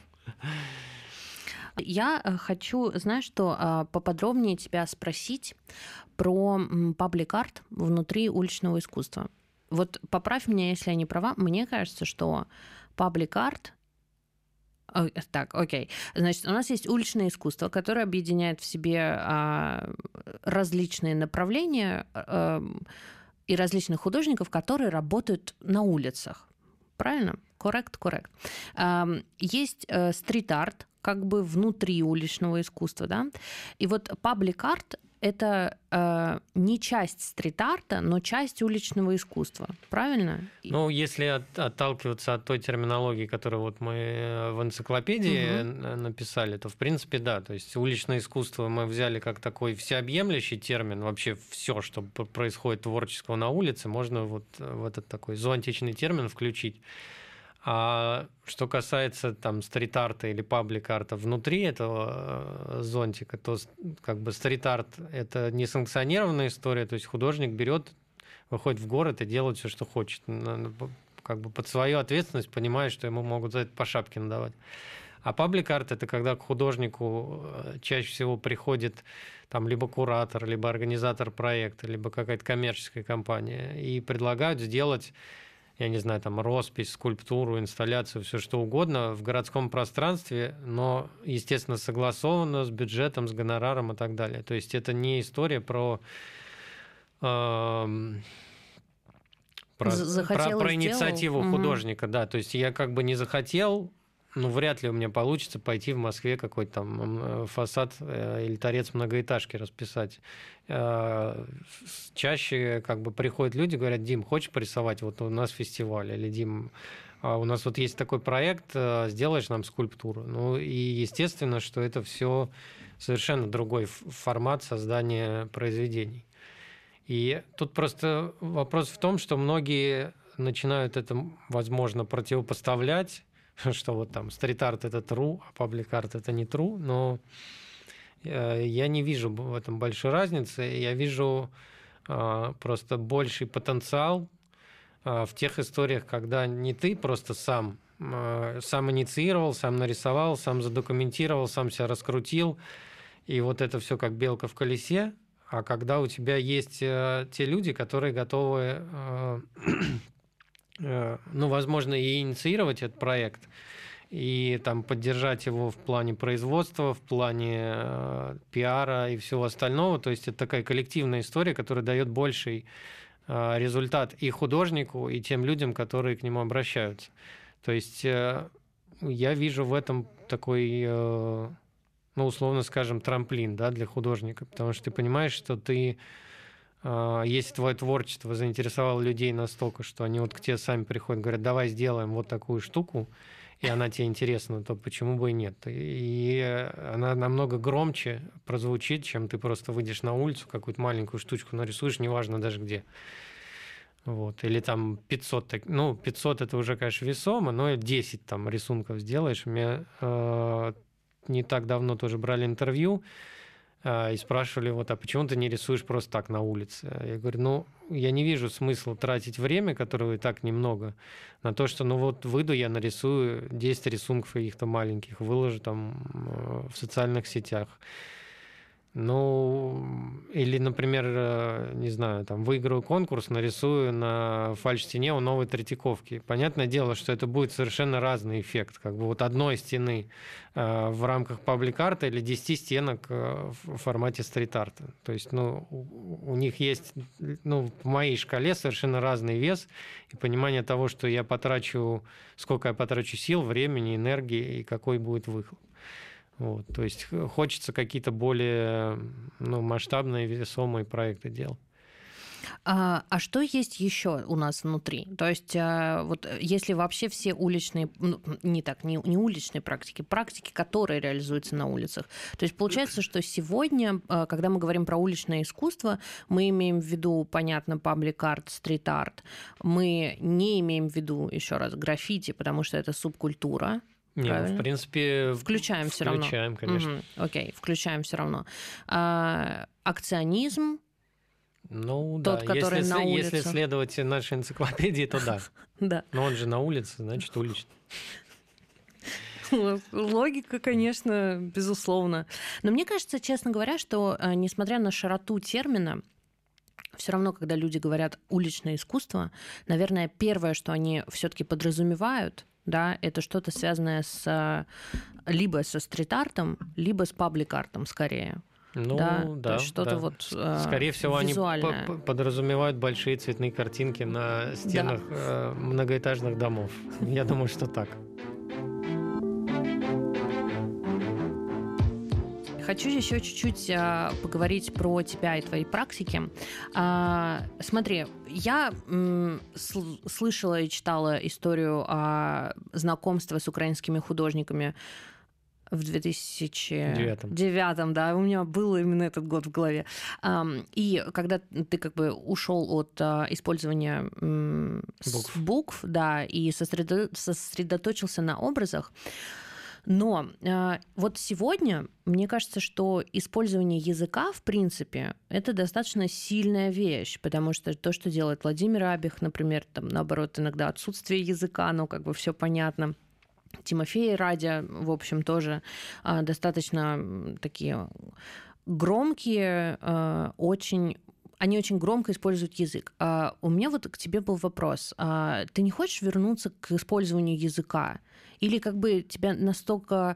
Я хочу, знаешь что, поподробнее тебя спросить про паблик-арт внутри уличного искусства. Вот поправь меня, если я не права. Мне кажется, что паблик-арт... Так, окей. Значит, у нас есть уличное искусство, которое объединяет в себе различные направления и различных художников, которые работают на улицах. Правильно? Коррект. Есть стрит-арт, как бы внутри уличного искусства, да? И вот паблик-арт – это не часть стрит-арта, но часть уличного искусства. Правильно? Если отталкиваться от той терминологии, которую вот мы в энциклопедии написали, то, в принципе, да. То есть уличное искусство мы взяли как такой всеобъемлющий термин. Вообще все, что происходит творческого на улице, можно вот в этот такой зонтичный термин включить. А что касается там стрит-арта или паблик-арта внутри этого зонтика, то как бы стрит-арт – это несанкционированная история, то есть художник берет, выходит в город и делает все, что хочет, как бы под свою ответственность, понимая, что ему могут за это по шапке надавать. А паблик-арт – это когда к художнику чаще всего приходит там либо куратор, либо организатор проекта, либо какая-то коммерческая компания и предлагают сделать, я не знаю, там роспись, скульптуру, инсталляцию, все что угодно в городском пространстве, но, естественно, согласованно с бюджетом, с гонораром и так далее. То есть это не история про инициативу художника, да. То есть я как бы не захотел, ну, вряд ли у меня получится пойти в Москве какой-то там фасад или торец многоэтажки расписать. Чаще как бы приходят люди, говорят: Дим, хочешь порисовать? Вот у нас фестиваль. Или: Дим, у нас вот есть такой проект, сделаешь нам скульптуру? Ну, и естественно, что это все совершенно другой формат создания произведений. И тут просто вопрос в том, что многие начинают это, возможно, противопоставлять, что вот там стрит-арт – это true, а паблик-арт – это не true, но я не вижу в этом большой разницы. Я вижу просто больший потенциал в тех историях, когда не ты просто сам инициировал, сам нарисовал, сам задокументировал, сам себя раскрутил, и вот это все как белка в колесе, а когда у тебя есть те люди, которые готовы, ну, возможно, и инициировать этот проект, и там поддержать его в плане производства, в плане пиара и всего остального. То есть это такая коллективная история, которая дает больший результат и художнику, и тем людям, которые к нему обращаются. То есть я вижу в этом такой, ну, условно скажем, трамплин, да, для художника, потому что ты понимаешь, что ты, если твое творчество заинтересовало людей настолько, что они вот к тебе сами приходят, говорят: давай сделаем вот такую штуку, и она тебе интересна, то почему бы и нет? И она намного громче прозвучит, чем ты просто выйдешь на улицу, какую-то маленькую штучку нарисуешь, неважно даже где. Вот. Или там 500, ну, 500 это уже, конечно, весомо, но 10 там рисунков сделаешь. У меня не так давно тоже брали интервью и спрашивали: вот, а почему ты не рисуешь просто так на улице? Я говорю: ну, я не вижу смысла тратить время, которого и так немного, на то, что, ну, вот выйду, я нарисую 10 рисунков каких-то маленьких, выложу там в социальных сетях. Ну, или, например, не знаю, там, выиграю конкурс, нарисую на фальш-стене у Новой Третьяковки. Понятное дело, что это будет совершенно разный эффект. Как бы вот одной стены в рамках паблик-арта или 10 стенок в формате стрит-арта. То есть, ну, у них есть, ну, в моей шкале совершенно разный вес и понимание того, что я потрачу, сколько я потрачу сил, времени, энергии и какой будет выхлоп. Вот, то есть хочется какие-то более, ну, масштабные, весомые проекты делать. А что есть еще у нас внутри? То есть вот если вообще все уличные, ну, не уличные практики, которые реализуются на улицах. То есть получается, что сегодня, когда мы говорим про уличное искусство, мы имеем в виду, понятно, паблик-арт, стрит-арт. Мы не имеем в виду, еще раз, граффити, потому что это субкультура. Не, ну, в принципе, включаем все равно. Включаем, конечно. Окей, включаем все равно. Акционизм. Ну, тот, да, который на улице. Если следовать нашей энциклопедии, то да. Да. Но он же на улице, значит, уличный. Логика, конечно, безусловно. Но мне кажется, честно говоря, что несмотря на широту термина, все равно, когда люди говорят уличное искусство, наверное, первое, что они все-таки подразумевают, да, это что-то связанное либо со стрит-артом, либо с паблик-артом скорее. Ну, да, что-то да. вот Скорее всего, визуальное. Они подразумевают большие цветные картинки на стенах многоэтажных домов. Я думаю, что так. Хочу еще чуть-чуть поговорить про тебя и твои практики. Смотри, я слышала и читала историю знакомства с украинскими художниками в 2009, да, у меня был именно этот год в голове. И когда ты как бы ушел от использования букв, да, и сосредоточился на образах. Но вот сегодня, мне кажется, что использование языка, в принципе, это достаточно сильная вещь, потому что то, что делает Владимир Абих, например, там, наоборот, иногда отсутствие языка, ну, как бы все понятно. Тимофей Радя, в общем, тоже достаточно такие громкие, они очень громко используют язык. У меня вот к тебе был вопрос. Ты не хочешь вернуться к использованию языка? Или как бы тебе настолько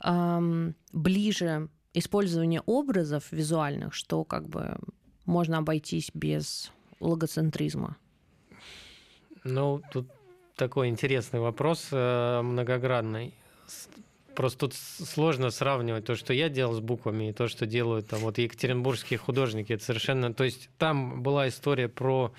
ближе использование образов визуальных, что как бы можно обойтись без логоцентризма? Ну, тут такой интересный вопрос, многогранный. Просто тут сложно сравнивать то, что я делал с буквами, и то, что делают там вот екатеринбургские художники. Это совершенно... То есть там была история про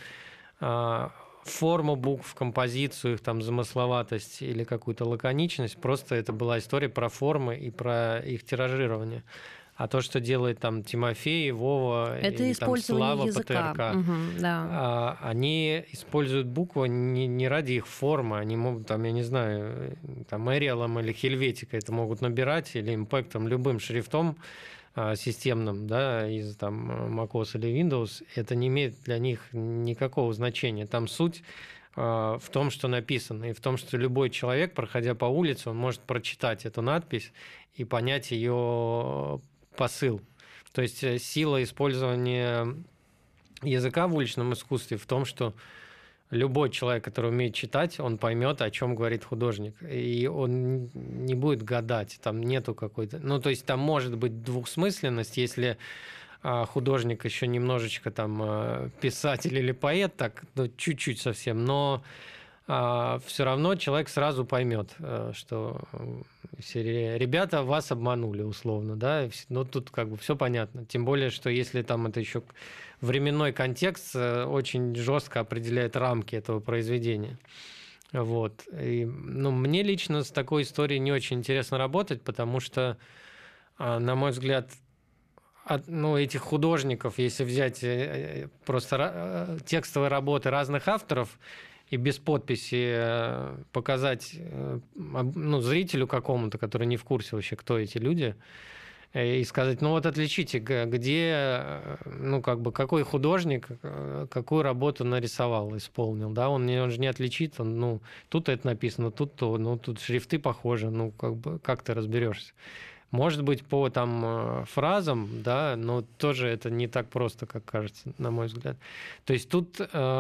форму букв, композицию, их там замысловатость или какую-то лаконичность. Просто это была история про формы и про их тиражирование. А то, что делает там Тимофей, Вова это или там Слава языка. ПТРК, Да. они используют буквы не ради их формы, они могут, там, я не знаю, там Эриалом или Хельветикой это могут набирать, или импактом, любым шрифтом системным, да, из там macOS или Windows, это не имеет для них никакого значения. Там суть в том, что написано, и в том, что любой человек, проходя по улице, он может прочитать эту надпись и понять ее посыл. То есть сила использования языка в уличном искусстве в том, что любой человек, который умеет читать, он поймет, о чем говорит художник. И он не будет гадать. Там нету какой-то... Ну, то есть там может быть двухсмысленность, если художник еще немножечко там писатель или поэт, так, ну, чуть-чуть совсем, но все равно человек сразу поймет, что серия «Ребята, вас обманули», условно, да, ну, тут как бы все понятно. Тем более, что если там это еще временной контекст очень жестко определяет рамки этого произведения. Вот. И, ну, мне лично с такой историей не очень интересно работать, потому что, на мой взгляд, ну, этих художников, если взять просто текстовые работы разных авторов и без подписи показать, ну, зрителю какому-то, который не в курсе вообще, кто эти люди, и сказать, ну вот отличите, где, ну, как бы, какой художник какую работу нарисовал, исполнил, да, он же не отличит, ну, тут это написано, тут то, ну, тут шрифты похожи, ну, как бы, как ты разберешься? Может быть, по там фразам, да, но тоже это не так просто, как кажется, на мой взгляд. То есть тут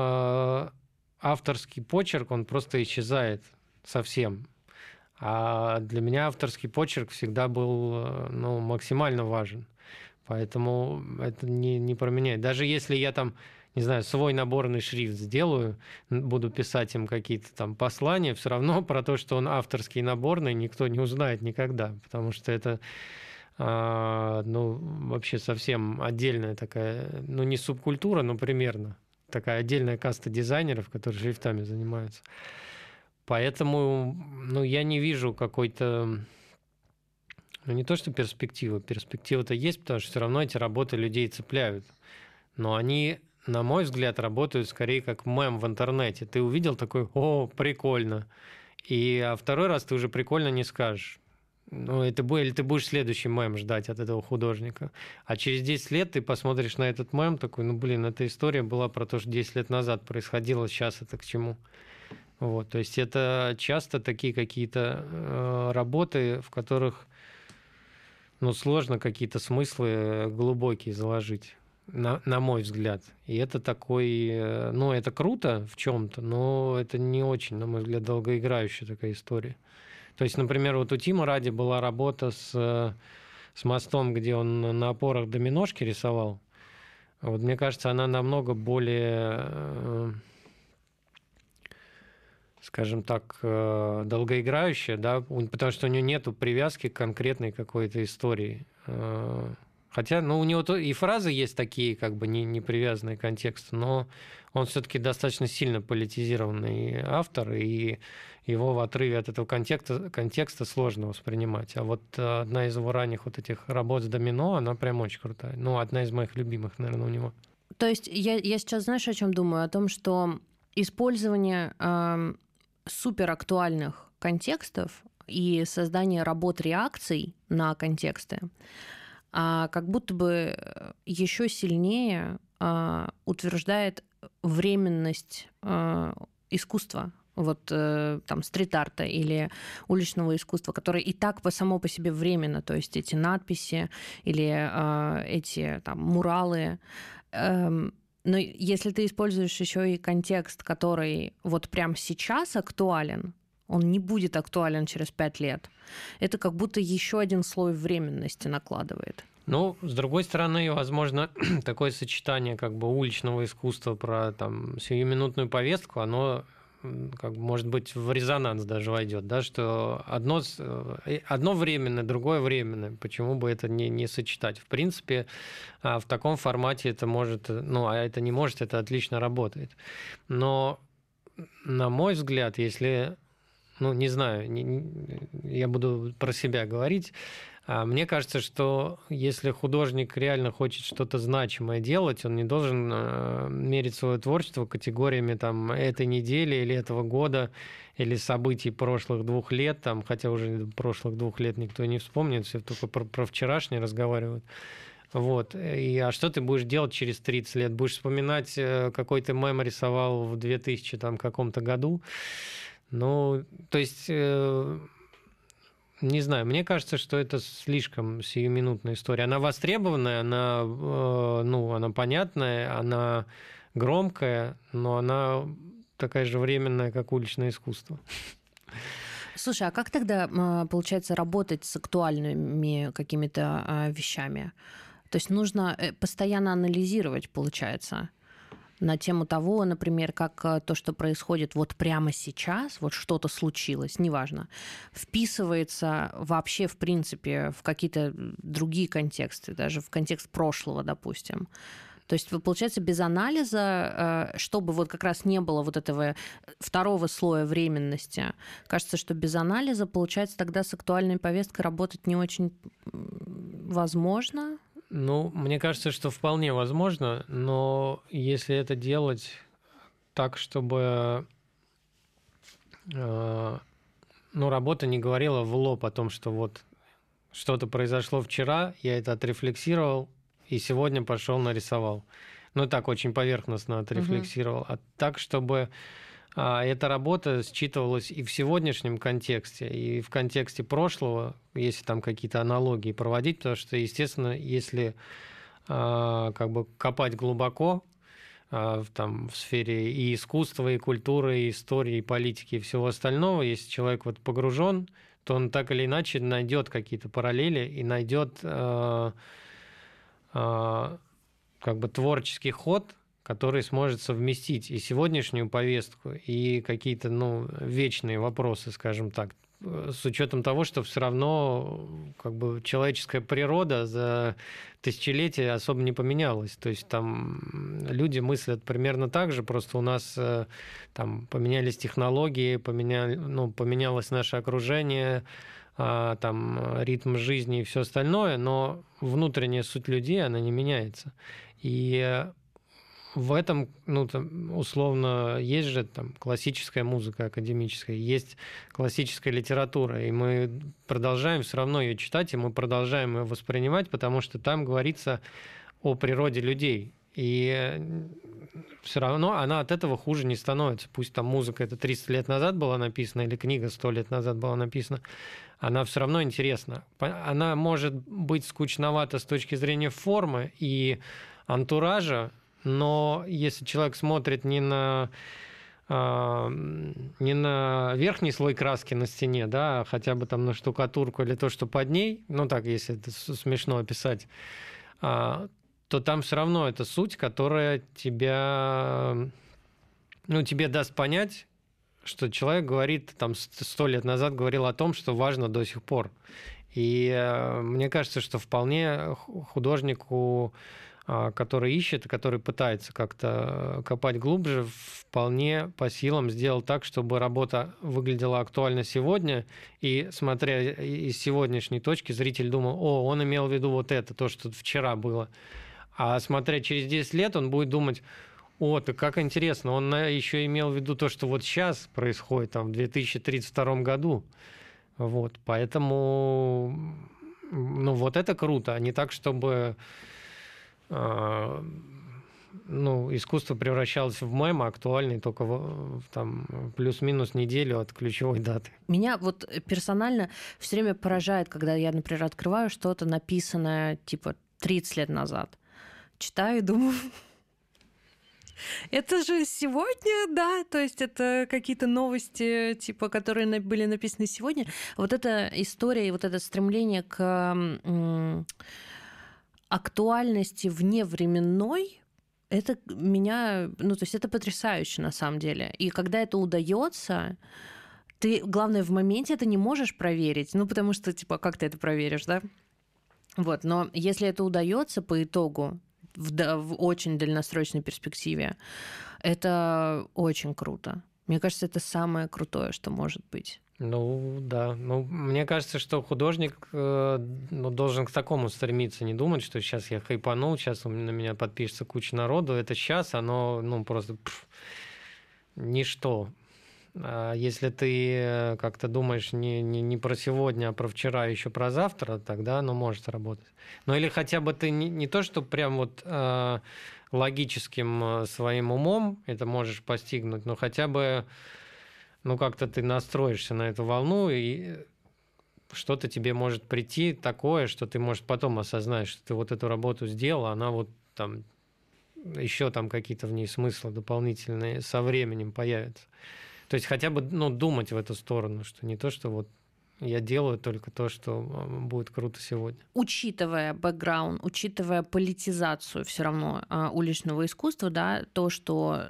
авторский почерк, он просто исчезает совсем. А для меня авторский почерк всегда был, ну, максимально важен. Поэтому это не про меня. Даже если я там, не знаю, свой наборный шрифт сделаю, буду писать им какие-то там послания, все равно про то, что он авторский наборный, никто не узнает никогда, потому что это, ну, вообще совсем отдельная такая, ну, не субкультура, но примерно такая отдельная каста дизайнеров, которые шрифтами занимаются. Поэтому, ну, я не вижу какой-то, ну, не то что перспективы, перспектива-то есть, потому что все равно эти работы людей цепляют, но они, на мой взгляд, работают скорее как мем в интернете. Ты увидел такой, о, прикольно, а второй раз ты уже прикольно не скажешь. Ну, или ты будешь следующий мем ждать от этого художника. А через 10 лет ты посмотришь на этот мем такой, ну, блин, эта история была про то, что 10 лет назад происходило, сейчас это к чему? Вот, то есть это часто такие какие-то работы, в которых, ну, сложно какие-то смыслы глубокие заложить, на мой взгляд. И это такой, ну, это круто в чем-то, но это не очень, на мой взгляд, долгоиграющая такая история. То есть, например, вот у Тима Ради была работа с мостом, где он на опорах доминошки рисовал. Вот, мне кажется, она намного более, скажем так, долгоиграющая, да, потому что у нее нету привязки к конкретной какой-то истории. Хотя, ну, у него и фразы есть такие, как бы не привязанные к контексту, но он все-таки достаточно сильно политизированный автор, и его в отрыве от этого контекста сложно воспринимать. А вот одна из его ранних вот этих работ с домино, она прям очень крутая. Ну, одна из моих любимых, наверное, у него. То есть я сейчас, знаешь, о чем думаю? О том, что использование суперактуальных контекстов и создание работ реакций на контексты как будто бы еще сильнее утверждает временность искусства, вот там стрит-арта или уличного искусства, которое и так само по себе временно, то есть эти надписи или эти там муралы. Но если ты используешь еще и контекст, который вот прямо сейчас актуален, он не будет актуален через 5 лет. Это как будто еще один слой временности накладывает. Ну, с другой стороны, возможно, такое сочетание как бы уличного искусства про там сиюминутную повестку, оно как бы, может быть, в резонанс даже войдет, да, что одно временное, другое временное. Почему бы это не сочетать? В принципе, в таком формате это может, а это не может, это отлично работает. Но, на мой взгляд, если, не знаю, я буду про себя говорить, мне кажется, что если художник реально хочет что-то значимое делать, он не должен мерить свое творчество категориями там, этой недели или этого года, или событий прошлых 2 лет, там, хотя уже прошлых 2 лет никто не вспомнит, все только про вчерашнее разговаривают. Вот. А что ты будешь делать через 30 лет? Будешь вспоминать, какой ты мем рисовал в 2000 там, каком-то году? То есть... Не знаю, мне кажется, что это слишком сиюминутная история. Она востребованная, она понятная, она громкая, но она такая же временная, как уличное искусство. Слушай, а как тогда, получается, работать с актуальными какими-то вещами? То есть нужно постоянно анализировать, получается, на тему того, например, как то, что происходит вот прямо сейчас, вот что-то случилось, неважно, вписывается вообще, в принципе, в какие-то другие контексты, даже в контекст прошлого, допустим. То есть, получается, без анализа, чтобы вот как раз не было вот этого второго слоя временности, кажется, что без анализа, получается, тогда с актуальной повесткой работать не очень возможно. Мне кажется, что вполне возможно, но если это делать так, чтобы работа не говорила в лоб о том, что вот что-то произошло вчера, я это отрефлексировал и сегодня пошел нарисовал. Так очень поверхностно отрефлексировал. А так, чтобы эта работа считывалась и в сегодняшнем контексте, и в контексте прошлого, если там какие-то аналогии проводить, потому что, естественно, если копать глубоко в сфере и искусства, и культуры, и истории, и политики, и всего остального, если человек погружен, то он так или иначе найдет какие-то параллели и найдет творческий ход, который сможет совместить и сегодняшнюю повестку, и какие-то вечные вопросы, скажем так, с учетом того, что все равно человеческая природа за тысячелетия особо не поменялась. То есть там люди мыслят примерно так же, просто у нас там поменялись технологии, поменялось наше окружение, там ритм жизни и все остальное, но внутренняя суть людей, она не меняется. И в этом, условно, есть же там классическая музыка академическая, есть классическая литература, и мы продолжаем все равно ее читать, и мы продолжаем ее воспринимать, потому что там говорится о природе людей. И все равно она от этого хуже не становится. Пусть там музыка это 300 лет назад была написана, или книга 100 лет назад была написана, она все равно интересна. Она может быть скучновата с точки зрения формы и антуража, но если человек смотрит не на верхний слой краски на стене, да, а хотя бы там на штукатурку или то, что под ней, так, если это смешно описать, то там все равно это суть, которая тебе даст понять, что человек говорит, там 100 лет назад говорил о том, что важно до сих пор. И мне кажется, что вполне художнику, который ищет, который пытается как-то копать глубже, вполне по силам сделал так, чтобы работа выглядела актуально сегодня, и, смотря из сегодняшней точки, зритель думал, он имел в виду вот это, то, что вчера было. А смотря через 10 лет, он будет думать, так как интересно, он еще имел в виду то, что вот сейчас происходит, там, в 2032 году. Вот, поэтому, вот это круто, а не так, чтобы искусство превращалось в мем, актуальный только там, плюс-минус неделю от ключевой даты. Меня персонально все время поражает, когда я, например, открываю что-то написанное типа 30 лет назад. Читаю и думаю, это же сегодня, да, то есть это какие-то новости, типа, которые были написаны сегодня. Вот эта история и вот это стремление к актуальности вневременной, это меня... Ну, то есть это потрясающе на самом деле. И когда это удается, ты, главное, в моменте это не можешь проверить. Ну, потому что, типа, как ты это проверишь, да? Вот, но если это удается по итогу, в очень дальносрочной перспективе, это очень круто. Мне кажется, это самое крутое, что может быть. Ну, да. Ну, мне кажется, что художник должен к такому стремиться. Не думать, что сейчас я хайпанул, сейчас на меня подпишется куча народу. Это сейчас, оно просто ничто. А если ты как-то думаешь не про сегодня, а про вчера, еще про завтра, тогда оно может работать. Ну, или хотя бы ты не то, что прям вот логическим своим умом это можешь постигнуть, но хотя бы как-то ты настроишься на эту волну, и что-то тебе может прийти такое, что ты, может, потом осознаешь, что ты вот эту работу сделал, она вот там еще там какие-то в ней смыслы дополнительные со временем появятся. То есть хотя бы думать в эту сторону, что не то, что вот я делаю только то, что будет круто сегодня. Учитывая бэкграунд, учитывая политизацию все равно уличного искусства, да, то, что,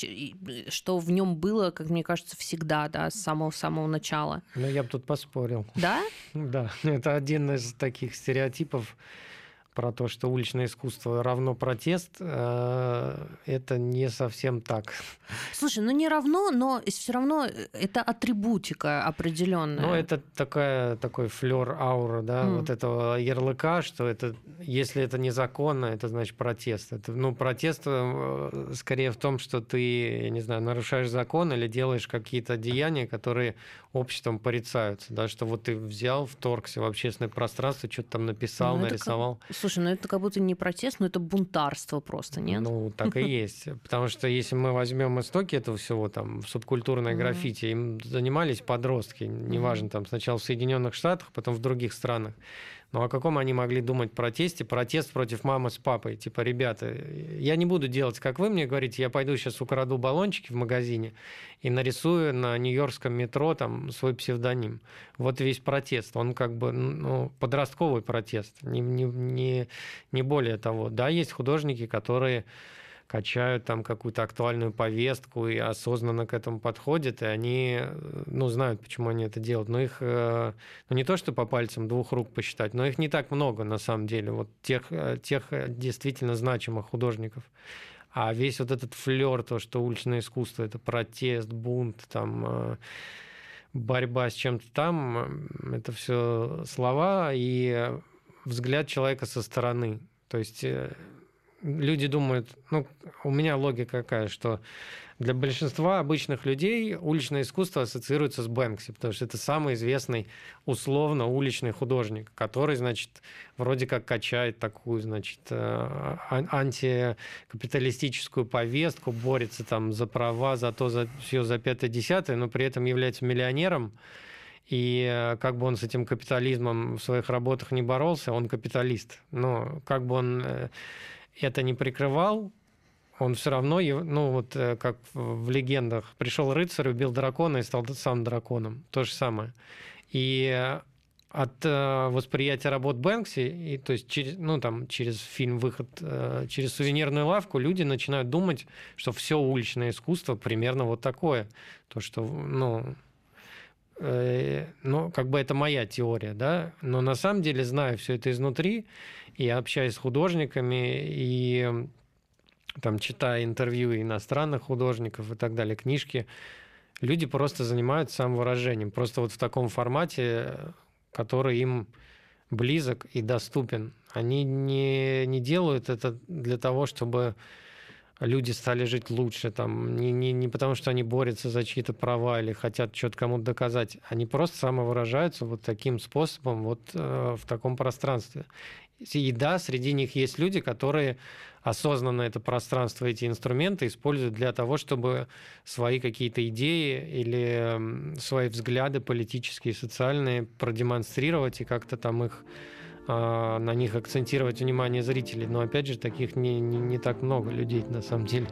что в нем было, как мне кажется, всегда, да, с самого начала. Ну, я бы тут поспорил. Да? Да, это один из таких стереотипов про то, что уличное искусство равно протест, это не совсем так. Слушай, не равно, но все равно это атрибутика определенная. Ну, это такой флёр, аура, да, вот этого ярлыка, что это, если это незаконно, это значит протест. Это, протест скорее в том, что ты, я не знаю, нарушаешь закон или делаешь какие-то деяния, которые обществом порицаются, да, что вот ты взял, вторгся в общественное пространство, что-то там написал, нарисовал. Слушай, это как будто не протест, но это бунтарство просто, нет? Ну, так и есть. Потому что если мы возьмем истоки этого всего, там, субкультурное граффити, им занимались подростки, неважно, там, сначала в Соединенных Штатах, потом в других странах. Ну, о каком они могли думать протесте? Протест против мамы с папой. Типа, ребята, я не буду делать, как вы мне говорите, я пойду сейчас украду баллончики в магазине и нарисую на нью-йоркском метро там свой псевдоним. Вот весь протест. Он как бы подростковый протест, не более того. Да, есть художники, которые качают там какую-то актуальную повестку и осознанно к этому подходят, и они, знают, почему они это делают. Но их, не то, что по пальцам двух рук посчитать, но их не так много на самом деле, вот тех действительно значимых художников. А весь вот этот флёр, то, что уличное искусство – это протест, бунт, там, борьба с чем-то там, это все слова и взгляд человека со стороны. То есть люди думают, у меня логика какая, что для большинства обычных людей уличное искусство ассоциируется с Бэнкси, потому что это самый известный условно уличный художник, который, значит, вроде как качает такую, значит, антикапиталистическую повестку, борется там за права, за то, за все, за пятое-десятое, но при этом является миллионером. И как бы он с этим капитализмом в своих работах не боролся, он капиталист. Но как бы он это не прикрывал, он все равно, как в легендах, пришел рыцарь, убил дракона и стал сам драконом. То же самое. И от восприятия работ Бэнкси, и, то есть через фильм «Выход», через сувенирную лавку люди начинают думать, что все уличное искусство примерно вот такое. То, что, как бы это моя теория, да, но на самом деле, зная все это изнутри, и общаясь с художниками, и там, читая интервью иностранных художников и так далее, книжки, люди просто занимаются самовыражением, просто вот в таком формате, который им близок и доступен. Они не делают это для того, чтобы люди стали жить лучше, там, не потому, что они борются за чьи-то права или хотят что-то кому-то доказать. Они просто самовыражаются вот таким способом, вот в таком пространстве. И да, среди них есть люди, которые осознанно это пространство, эти инструменты используют для того, чтобы свои какие-то идеи или свои взгляды политические, социальные продемонстрировать и как-то там их на них акцентировать внимание зрителей. Но опять же, таких не так много людей на самом деле.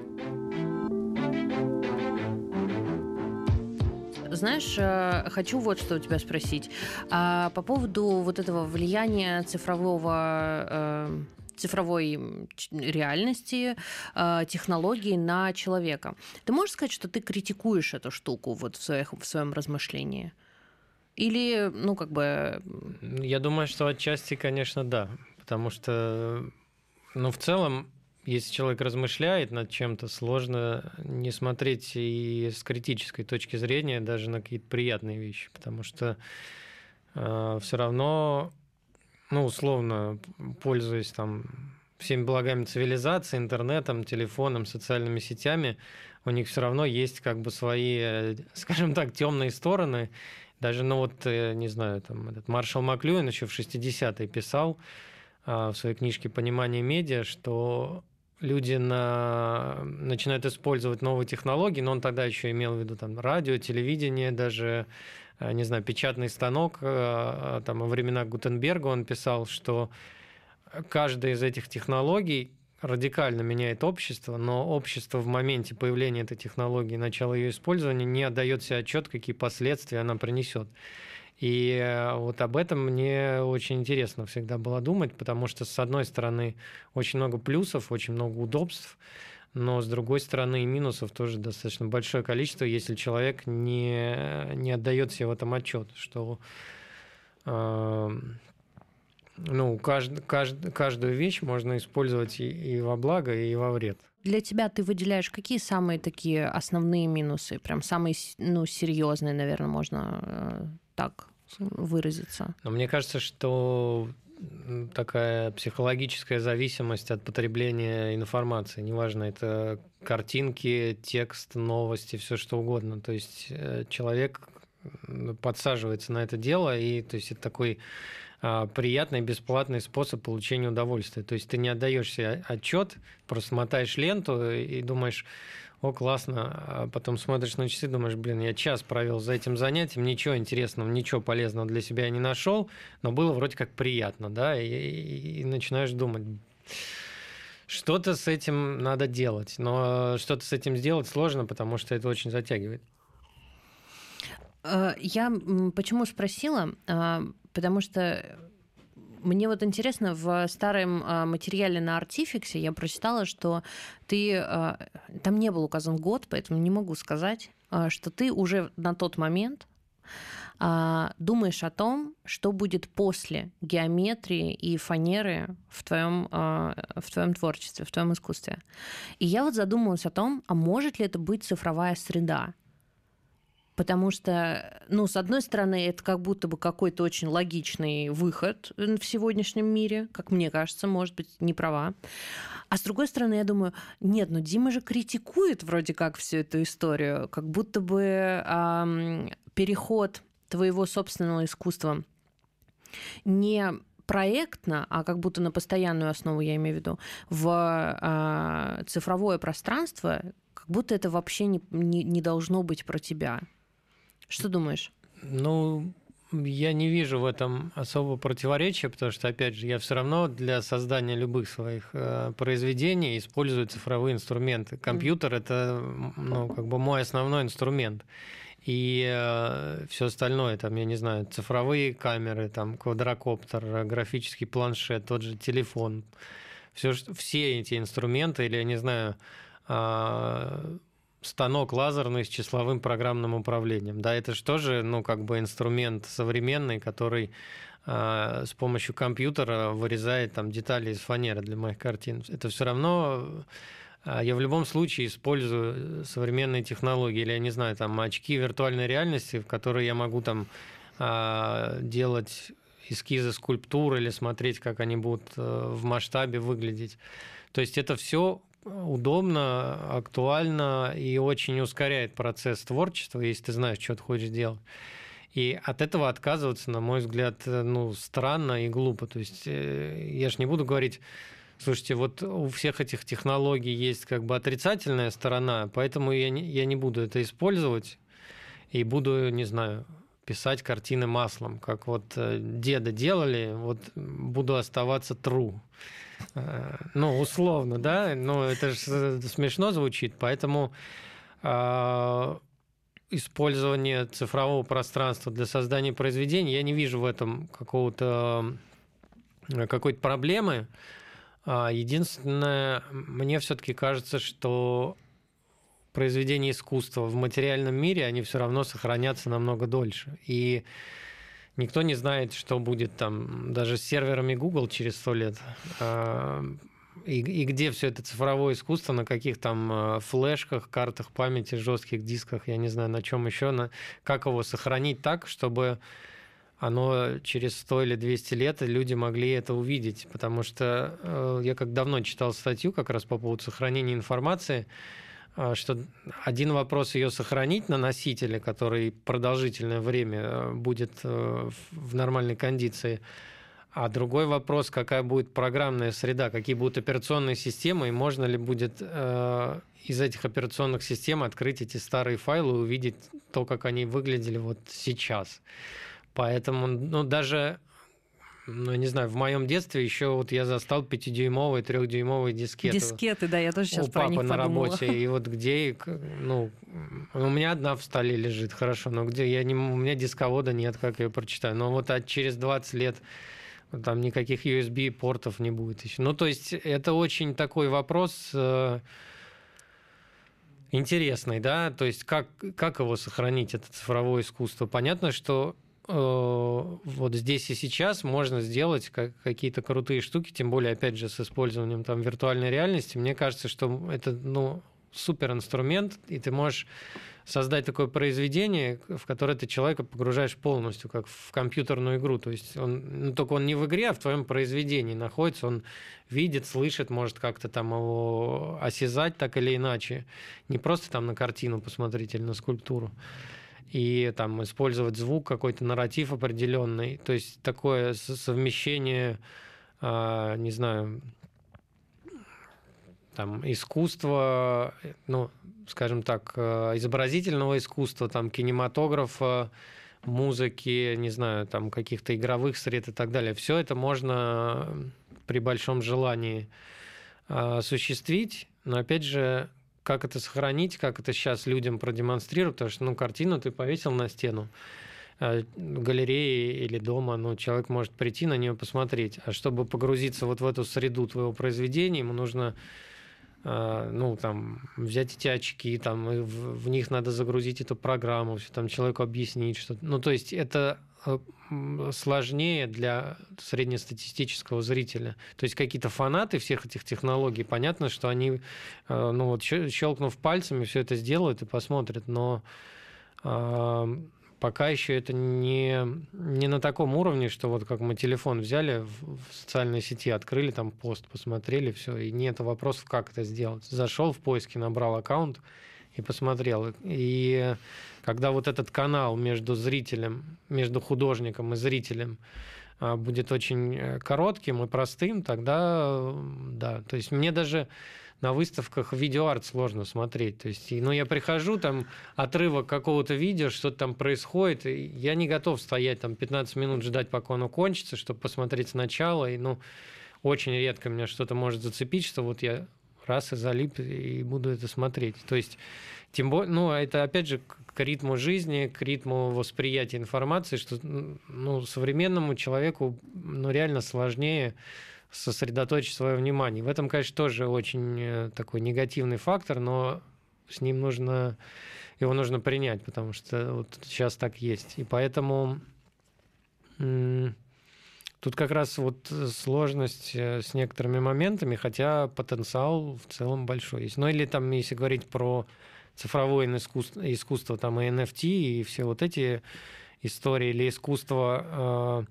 Знаешь, хочу вот что у тебя спросить. По поводу вот этого влияния цифрового цифровой реальности, технологий на человека. Ты можешь сказать, что ты критикуешь эту штуку вот в своем размышлении? Или, Я думаю, что отчасти, конечно, да. Потому что, в целом, если человек размышляет над чем-то, сложно не смотреть и с критической точки зрения даже на какие-то приятные вещи. Потому что все равно, условно, пользуясь там всеми благами цивилизации, интернетом, телефоном, социальными сетями, у них все равно есть как бы свои, скажем так, темные стороны. Даже, не знаю, там этот Маршал Маклюин еще в 60-е писал в своей книжке «Понимание медиа», что люди начинают использовать новые технологии, но он тогда еще имел в виду там радио, телевидение, даже, не знаю, печатный станок. Там во времена Гутенберга он писал, что каждая из этих технологий радикально меняет общество, но общество в моменте появления этой технологии, начала ее использования, не отдает себе отчет, какие последствия она принесет. И вот об этом мне очень интересно всегда было думать, потому что, с одной стороны, очень много плюсов, очень много удобств, но, с другой стороны, и минусов тоже достаточно большое количество, если человек не отдает себе в этом отчет, что каждую вещь можно использовать и во благо, и во вред. Для тебя ты выделяешь какие самые такие основные минусы, прям самые серьезные, наверное, можно так выразиться? Но мне кажется, что такая психологическая зависимость от потребления информации, неважно, это картинки, текст, новости, все что угодно. То есть человек подсаживается на это дело, и то есть это такой приятный, бесплатный способ получения удовольствия. То есть ты не отдаешь себе отчет, просто мотаешь ленту и думаешь: о, классно, а потом смотришь на часы, думаешь: блин, я час провел за этим занятием, ничего интересного, ничего полезного для себя я не нашел, но было вроде как приятно, да, и начинаешь думать, что-то с этим надо делать, но что-то с этим сделать сложно, потому что это очень затягивает. Я почему спросила? Потому что мне вот интересно, в старом материале на Артификсе я прочитала, что ты... Там не был указан год, поэтому не могу сказать, что ты уже на тот момент думаешь о том, что будет после геометрии и фанеры в твоем творчестве, в твоем искусстве. И я вот задумалась о том, а может ли это быть цифровая среда? Потому что, с одной стороны, это как будто бы какой-то очень логичный выход в сегодняшнем мире, как мне кажется, может быть, не права. А с другой стороны, я думаю, нет, Дима же критикует вроде как всю эту историю, как будто бы переход твоего собственного искусства не проектно, а как будто на постоянную основу, я имею в виду, в цифровое пространство, как будто это вообще не должно быть про тебя. Что думаешь? Я не вижу в этом особого противоречия, потому что, опять же, я все равно для создания любых своих произведений использую цифровые инструменты. Компьютер – это мой основной инструмент. И все остальное, там, я не знаю, цифровые камеры, там, квадрокоптер, графический планшет, тот же телефон. Все эти инструменты, или, я не знаю, станок лазерный с числовым программным управлением. Да, это же тоже, инструмент современный, который с помощью компьютера вырезает там детали из фанеры для моих картин. Это все равно я в любом случае использую современные технологии, или, я не знаю, там очки виртуальной реальности, в которые я могу там делать эскизы скульптур или смотреть, как они будут в масштабе выглядеть. То есть это все удобно, актуально и очень ускоряет процесс творчества, если ты знаешь, что ты хочешь делать. И от этого отказываться, на мой взгляд, странно и глупо. То есть я же не буду говорить: слушайте, вот у всех этих технологий есть как бы отрицательная сторона, поэтому я не буду это использовать и буду, не знаю, писать картины маслом, как вот деды делали, вот буду оставаться true. Условно, да, но это же смешно звучит, поэтому использование цифрового пространства для создания произведений, я не вижу в этом какой-то проблемы. Единственное, мне все-таки кажется, что произведения искусства в материальном мире, они все равно сохранятся намного дольше. И никто не знает, что будет там даже с серверами Google через 100 лет. И где все это цифровое искусство, на каких там флешках, картах памяти, жестких дисках, я не знаю, на чем еще, как его сохранить так, чтобы оно через 100 или 200 лет люди могли это увидеть. Потому что я как давно читал статью как раз по поводу сохранения информации, что один вопрос ее сохранить на носителе, который продолжительное время будет в нормальной кондиции, а другой вопрос, какая будет программная среда, какие будут операционные системы, и можно ли будет из этих операционных систем открыть эти старые файлы и увидеть то, как они выглядели вот сейчас. Поэтому, даже, не знаю, в моем детстве еще вот я застал 5-дюймовые, 3-дюймовые дискеты. Дискеты, да, я тоже сейчас про них подумала. У папы на работе. И вот где, у меня одна в столе лежит, хорошо, но где у меня дисковода нет, как я ее прочитаю. Но вот через 20 лет там никаких USB-портов не будет еще. То есть это очень такой вопрос интересный, да, то есть как его сохранить, это цифровое искусство. Понятно, что вот здесь и сейчас можно сделать какие-то крутые штуки, тем более, опять же, с использованием там виртуальной реальности. Мне кажется, что это, супер инструмент, и ты можешь создать такое произведение, в которое ты человека погружаешь полностью, как в компьютерную игру. То есть только он не в игре, а в твоем произведении находится, он видит, слышит, может как-то там его осязать так или иначе. Не просто там на картину посмотреть или на скульптуру. И там использовать звук, какой-то нарратив определенный. То есть такое совмещение, не знаю, там искусства, скажем так, изобразительного искусства, там кинематографа, музыки, не знаю, там каких-то игровых сред и так далее. Все это можно при большом желании осуществить, но опять же, как это сохранить, как это сейчас людям продемонстрировать, потому что картину ты повесил на стену галереи или дома, человек может прийти на нее посмотреть. А чтобы погрузиться вот в эту среду твоего произведения, ему нужно взять эти очки, там, и в них надо загрузить эту программу, все там человеку объяснить, что... то есть это сложнее для среднестатистического зрителя. То есть какие-то фанаты всех этих технологий, понятно, что они, щелкнув пальцами, все это сделают и посмотрят, но пока еще это не на таком уровне, что вот как мы телефон взяли в социальной сети, открыли там пост, посмотрели, все, и нет вопросов, как это сделать. Зашел в поиске, набрал аккаунт и посмотрел. И когда вот этот канал между зрителем, между художником и зрителем будет очень коротким и простым, тогда да. То есть мне даже на выставках видеоарт сложно смотреть. То есть, я прихожу, там отрывок какого-то видео, что-то там происходит, и я не готов стоять там 15 минут, ждать, пока оно кончится, чтобы посмотреть сначала. И, очень редко меня что-то может зацепить, что вот я раз и залип, и буду это смотреть. То есть, тем более, это опять же к ритму жизни, к ритму восприятия информации, что современному человеку реально сложнее сосредоточить свое внимание. В этом, конечно, тоже очень такой негативный фактор, но с ним его нужно принять, потому что вот сейчас так есть. И поэтому тут как раз вот сложность с некоторыми моментами, хотя потенциал в целом большой есть. Или там, если говорить про цифровое искусство там и NFT, и все вот эти истории, или искусство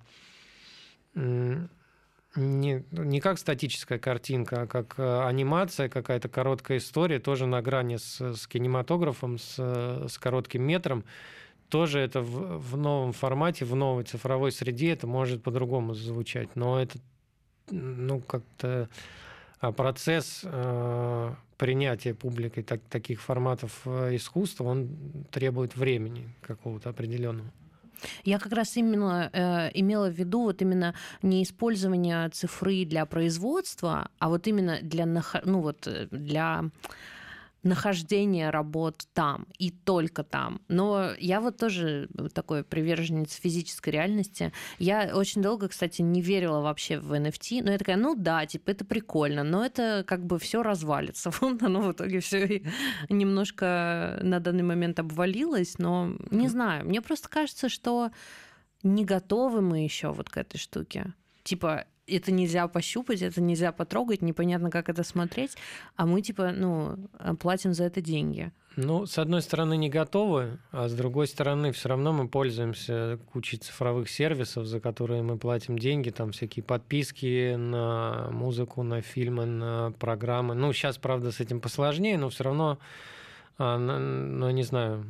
не как статическая картинка, а как анимация, какая-то короткая история, тоже на грани с кинематографом, с коротким метром. Тоже это в новом формате, в новой цифровой среде это может по-другому звучать. Но это как-то процесс принятия публикой таких форматов искусства, он требует времени какого-то определенного. Я как раз именно имела в виду вот именно не использование цифры для производства, а вот именно для нахождение работ там и только там. Но я вот тоже такой приверженец физической реальности. Я очень долго, кстати, не верила вообще в NFT, но я такая, ну да, типа это прикольно, но это как бы все развалится. Вот оно в итоге все немножко на данный момент обвалилось, но не знаю, мне просто кажется, что не готовы мы еще вот к этой штуке. Типа, это нельзя пощупать, это нельзя потрогать, непонятно, как это смотреть, а мы, типа, платим за это деньги. Ну, с одной стороны, не готовы, а с другой стороны, все равно мы пользуемся кучей цифровых сервисов, за которые мы платим деньги, там всякие подписки на музыку, на фильмы, на программы. Ну, сейчас, правда, с этим посложнее, но все равно, не знаю,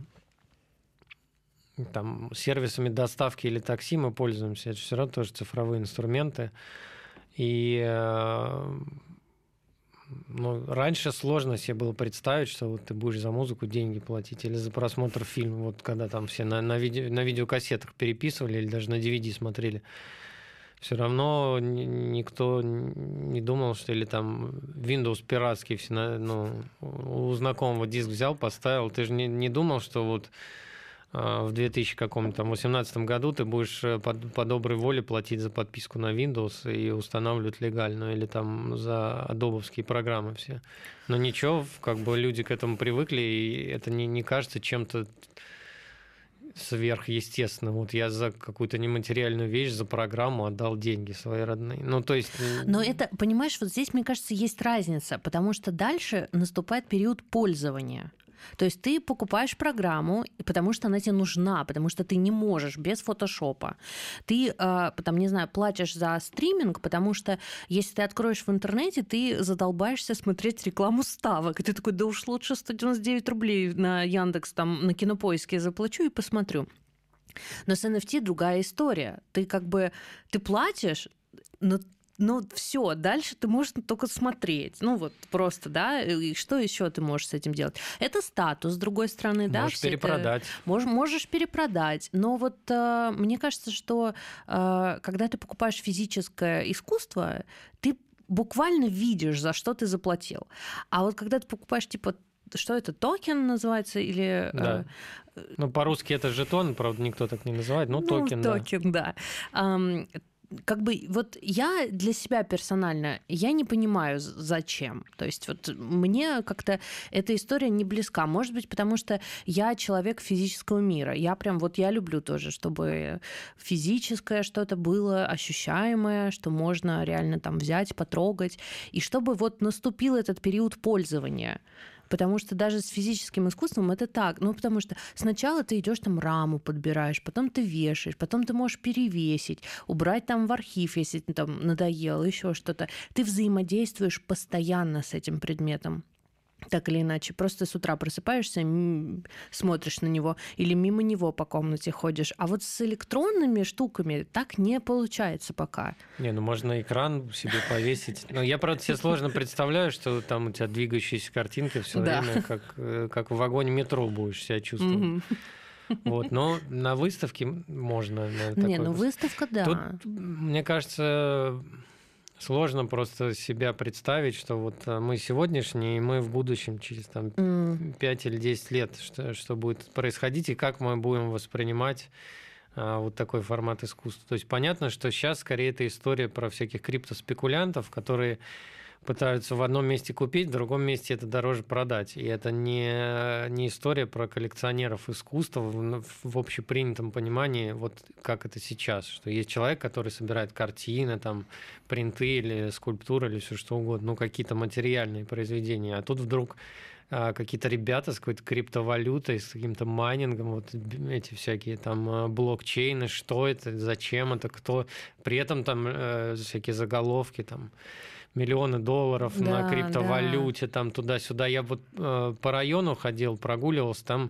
там, сервисами доставки или такси мы пользуемся, это все равно тоже цифровые инструменты. И раньше сложно себе было представить, что вот ты будешь за музыку деньги платить или за просмотр фильма, вот когда там все на видеокассетах переписывали или даже на DVD смотрели. Все равно никто не думал, что или там Windows пиратский, у знакомого диск взял, поставил. Ты же не думал, что вот в 2018 году ты будешь по доброй воле платить за подписку на Windows и устанавливать легально, или там за адобовские программы все. Но ничего, как бы люди к этому привыкли, и это не кажется чем-то сверхъестественным. Вот я за какую-то нематериальную вещь, за программу отдал деньги свои родные. Но это, понимаешь, вот здесь, мне кажется, есть разница, потому что дальше наступает период пользования. То есть ты покупаешь программу, потому что она тебе нужна, потому что ты не можешь без фотошопа. Ты, платишь за стриминг, потому что если ты откроешь в интернете, ты задолбаешься смотреть рекламу ставок. И ты такой, да уж лучше 199 рублей на Яндекс, там, на Кинопоиске заплачу и посмотрю. Но с NFT другая история. Ты платишь, но все, дальше ты можешь только смотреть. Просто, да, и что еще ты можешь с этим делать? Это статус, с другой стороны, да. Можешь перепродать. Можешь перепродать. Но вот мне кажется, что когда ты покупаешь физическое искусство, ты буквально видишь, за что ты заплатил. А вот когда ты покупаешь, типа, что это, токен называется? Или, да. По-русски это жетон, правда, никто так не называет, но токен, да. Токен, да. Вот я для себя персонально, я не понимаю, зачем. То есть вот мне как-то эта история не близка. Может быть, потому что я человек физического мира. Я люблю тоже, чтобы физическое что-то было ощущаемое, что можно реально там взять, потрогать. И чтобы вот наступил этот период пользования. Потому что даже с физическим искусством это так. Потому что сначала ты идешь там раму подбираешь, потом ты вешаешь, потом ты можешь перевесить, убрать там в архив, если там надоело, еще что-то. Ты взаимодействуешь постоянно с этим предметом. Так или иначе, просто с утра просыпаешься, смотришь на него или мимо него по комнате ходишь. А вот с электронными штуками так не получается пока. Можно экран себе повесить. Но я, правда, себе сложно представляю, что там у тебя двигающаяся картинка все время, как в вагоне метро будешь себя чувствовать. Вот, но на выставке можно. Выставка, да. Тут, мне кажется, сложно просто себя представить, что вот мы сегодняшние, и мы в будущем через 5 или 10 лет, что будет происходить, и как мы будем воспринимать вот такой формат искусства. То есть понятно, что сейчас скорее это история про всяких криптоспекулянтов, которые пытаются в одном месте купить, в другом месте это дороже продать. И это не история про коллекционеров искусства в общепринятом понимании, вот как это сейчас, что есть человек, который собирает картины, там, принты или скульптуры, или все что угодно, какие-то материальные произведения. А тут вдруг какие-то ребята с какой-то криптовалютой, с каким-то майнингом, вот эти всякие там блокчейны, что это, зачем это, кто. При этом там всякие заголовки, там, миллионы долларов на криптовалюте, там туда-сюда. Я вот по району ходил, прогуливался, там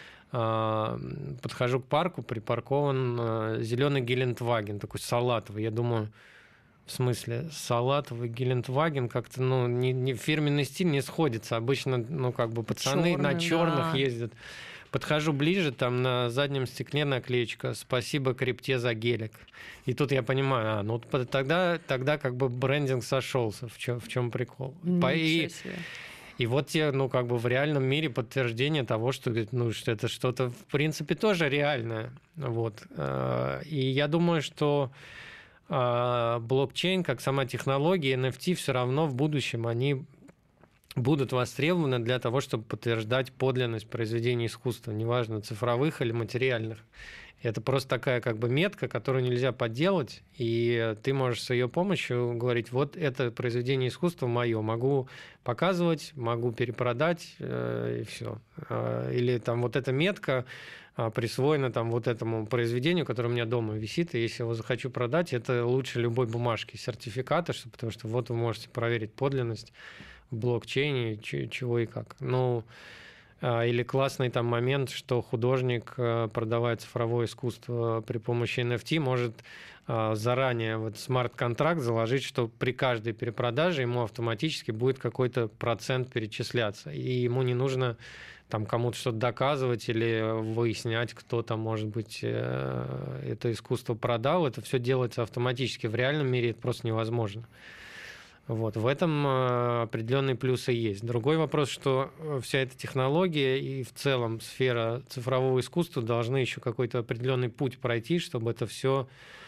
подхожу к парку, припаркован зеленый Гелендваген, такой салатовый. Я думаю, в смысле, салатовый Гелендваген как-то, не фирменный стиль не сходится. Обычно, пацаны на черных ездят. Подхожу ближе, там на заднем стекле наклеечка «Спасибо крипте за гелик». И тут я понимаю, тогда как бы брендинг сошелся. В чем прикол? И вот тебе, ну, как бы в реальном мире подтверждение того, что, ну, что это что-то, в принципе, тоже реальное. Вот. И я думаю, что блокчейн, как сама технология, NFT, все равно в будущем они будут востребованы для того, чтобы подтверждать подлинность произведений искусства, неважно, цифровых или материальных. Это просто такая как бы метка, которую нельзя подделать, и ты можешь с ее помощью говорить, вот это произведение искусства мое, могу показывать, могу перепродать, и все. Или там вот эта метка присвоена там вот этому произведению, которое у меня дома висит, и если я его захочу продать, это лучше любой бумажки, сертификата, потому что вот вы можете проверить подлинность в блокчейне, чего и как. Ну, или классный там момент, что художник, продавая цифровое искусство при помощи NFT, может заранее вот смарт-контракт заложить, что при каждой перепродаже ему автоматически будет какой-то процент перечисляться. И ему не нужно там кому-то что-то доказывать или выяснять, кто там, может быть, это искусство продал. Это все делается автоматически. В реальном мире это просто невозможно. Вот, в этом определенные плюсы есть. Другой вопрос, что вся эта технология и в целом сфера цифрового искусства должны еще какой-то определенный путь пройти, чтобы это все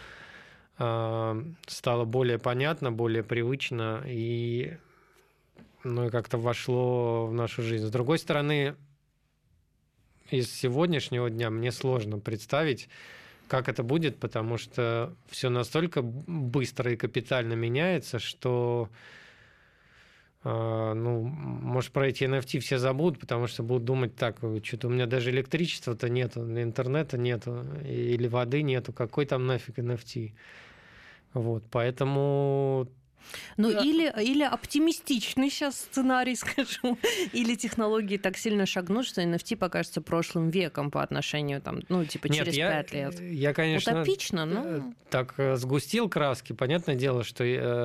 стало более понятно, более привычно и, ну, и как-то вошло в нашу жизнь. С другой стороны, из сегодняшнего дня мне сложно представить, как это будет, потому что все настолько быстро и капитально меняется, что, ну, может, про эти NFT все забудут, потому что будут думать так, что-то у меня даже электричества-то нету, интернета нету, или воды нету, какой там нафиг NFT. Вот, поэтому... Ну, или оптимистичный сейчас сценарий, скажу, или технологии так сильно шагнут, что NFT покажется прошлым веком по отношению, там, ну, типа, Нет, через 5 лет. Я, конечно, утопично, но... так сгустил краски. Понятное дело, что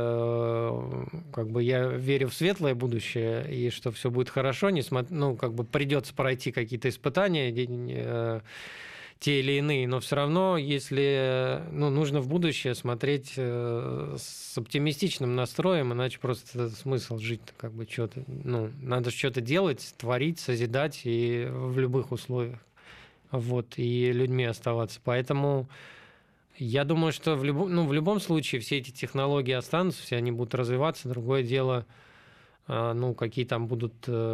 как бы я верю в светлое будущее, и что все будет хорошо, ну, как бы придется пройти какие-то испытания, те или иные, но все равно, если, ну, нужно в будущее смотреть с оптимистичным настроем, иначе просто смысл жить, как бы что-то, ну, надо что-то делать, творить, созидать и в любых условиях, вот, и людьми оставаться. Поэтому я думаю, что в любом случае все эти технологии останутся, все они будут развиваться. Другое дело, ну, какие там будут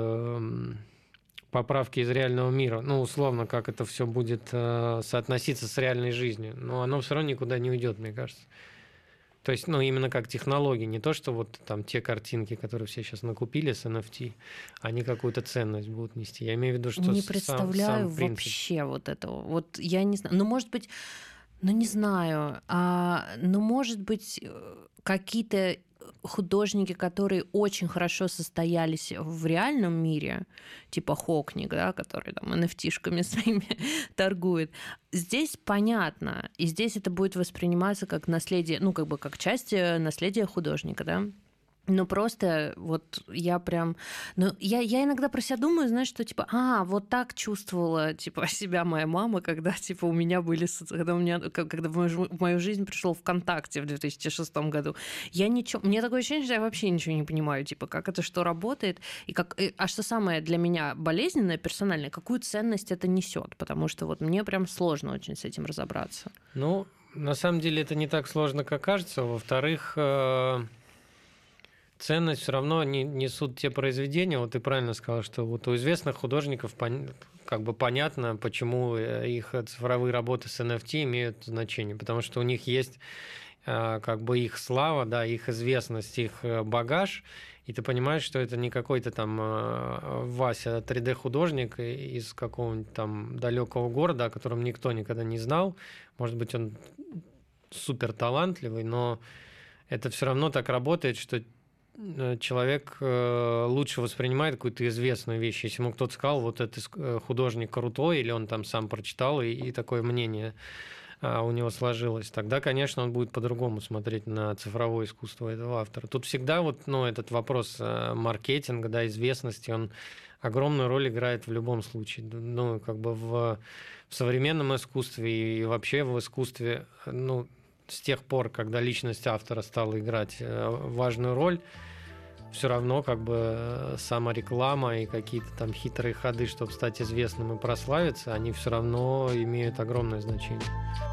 поправки из реального мира, ну, условно, как это все будет соотноситься с реальной жизнью, но оно все равно никуда не уйдет, мне кажется. То есть, ну, именно как технологии, не то, что вот там те картинки, которые все сейчас накупили с NFT, они какую-то ценность будут нести. Я имею в виду, что не представляю сам принцип. вообще вот этого. Вот я не знаю, ну, может быть, ну, не знаю, ну, может быть, какие-то художники, которые очень хорошо состоялись в реальном мире, типа Хокник, да, который там NFT-шками своими торгует, здесь понятно, и здесь это будет восприниматься как наследие, ну, как бы как часть наследия художника, да. Ну, просто вот я прям... Ну, я иногда про себя думаю, знаешь, что типа, вот так чувствовала, типа, себя моя мама, когда, типа, у меня были... Когда в мою жизнь пришел ВКонтакте в 2006 году. Мне такое ощущение, что я вообще ничего не понимаю, типа, как это что работает, и как... А что самое для меня болезненное, персональное, какую ценность это несет, потому что вот мне прям сложно очень с этим разобраться. Ну, на самом деле это не так сложно, как кажется. Во-вторых... Ценность все равно несут те произведения. Вот ты правильно сказал, что вот у известных художников как бы понятно, почему их цифровые работы с NFT имеют значение. Потому что у них есть как бы их слава, да, их известность, их багаж. И ты понимаешь, что это не какой-то там Вася 3D-художник из какого-нибудь там далекого города, о котором никто никогда не знал. Может быть, он супер талантливый, но это все равно так работает, что человек лучше воспринимает какую-то известную вещь. Если ему кто-то сказал, вот этот художник крутой, или он там сам прочитал, и такое мнение у него сложилось, тогда, конечно, он будет по-другому смотреть на цифровое искусство этого автора. Тут всегда вот, ну, этот вопрос маркетинга, да, известности, он огромную роль играет в любом случае. Ну, как бы в современном искусстве и вообще в искусстве, ну, с тех пор, когда личность автора стала играть важную роль, все равно как бы самореклама и какие-то там хитрые ходы, чтобы стать известным и прославиться, они все равно имеют огромное значение.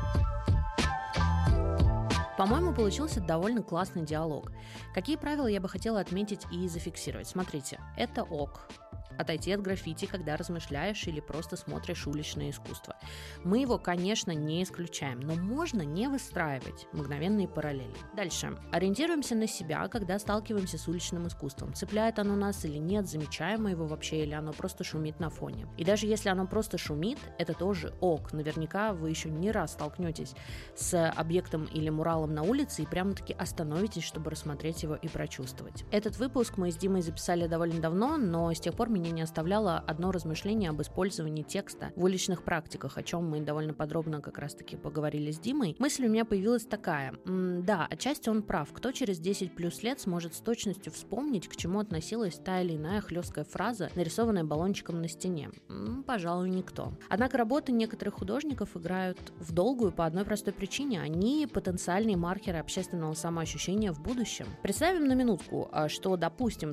По-моему, получился довольно классный диалог. Какие правила я бы хотела отметить и зафиксировать? Смотрите, это ок. Отойти от граффити, когда размышляешь или просто смотришь уличное искусство. Мы его, конечно, не исключаем, но можно не выстраивать мгновенные параллели. Дальше. Ориентируемся на себя, когда сталкиваемся с уличным искусством. Цепляет оно нас или нет, замечаем мы его вообще, или оно просто шумит на фоне. И даже если оно просто шумит, это тоже ок. Наверняка вы еще не раз столкнетесь с объектом или муралом на улице и прямо-таки остановитесь, чтобы рассмотреть его и прочувствовать. Этот выпуск мы с Димой записали довольно давно, но с тех пор меня не оставляло одно размышление об использовании текста в уличных практиках, о чем мы довольно подробно как раз-таки поговорили с Димой. Мысль у меня появилась такая. Да, отчасти он прав. Кто через 10 плюс лет сможет с точностью вспомнить, к чему относилась та или иная хлесткая фраза, нарисованная баллончиком на стене? Пожалуй, никто. Однако работы некоторых художников играют в долгую по одной простой причине. Они потенциальные маркеры общественного самоощущения в будущем. Представим на минутку, что, допустим, в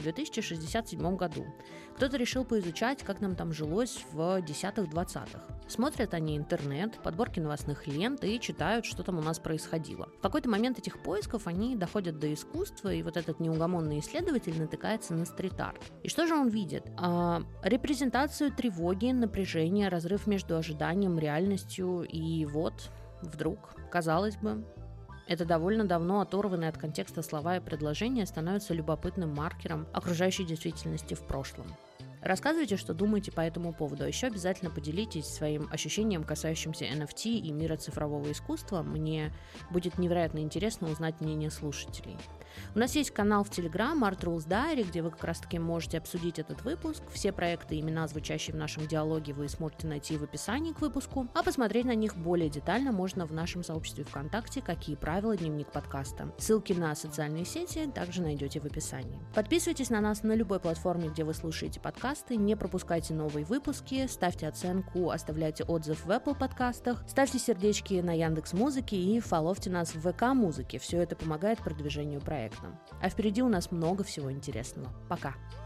2067 году кто-то решил поизучать, как нам там жилось в 10-20-х. Смотрят они интернет, подборки новостных лент и читают, что там у нас происходило. В какой-то момент этих поисков они доходят до искусства, и вот этот неугомонный исследователь натыкается на стрит-арт. И что же он видит? Репрезентацию тревоги, напряжения, разрыв между ожиданием, реальностью, и вот вдруг, казалось бы, это довольно давно оторванные от контекста слова и предложения становятся любопытным маркером окружающей действительности в прошлом. Рассказывайте, что думаете по этому поводу, а еще обязательно поделитесь своим ощущением, касающимся NFT и мира цифрового искусства. Мне будет невероятно интересно узнать мнение слушателей. У нас есть канал в Telegram Art Rules Diary, где вы как раз-таки можете обсудить этот выпуск. Все проекты и имена, звучащие в нашем диалоге, вы сможете найти в описании к выпуску, а посмотреть на них более детально можно в нашем сообществе ВКонтакте «Какие правила? Дневник подкаста». Ссылки на социальные сети также найдете в описании. Подписывайтесь на нас на любой платформе, где вы слушаете подкасты, не пропускайте новые выпуски, ставьте оценку, оставляйте отзыв в Apple подкастах, ставьте сердечки на Яндекс.Музыке и фоловьте нас в ВК-музыке. Все это помогает продвижению проекта. А впереди у нас много всего интересного. Пока!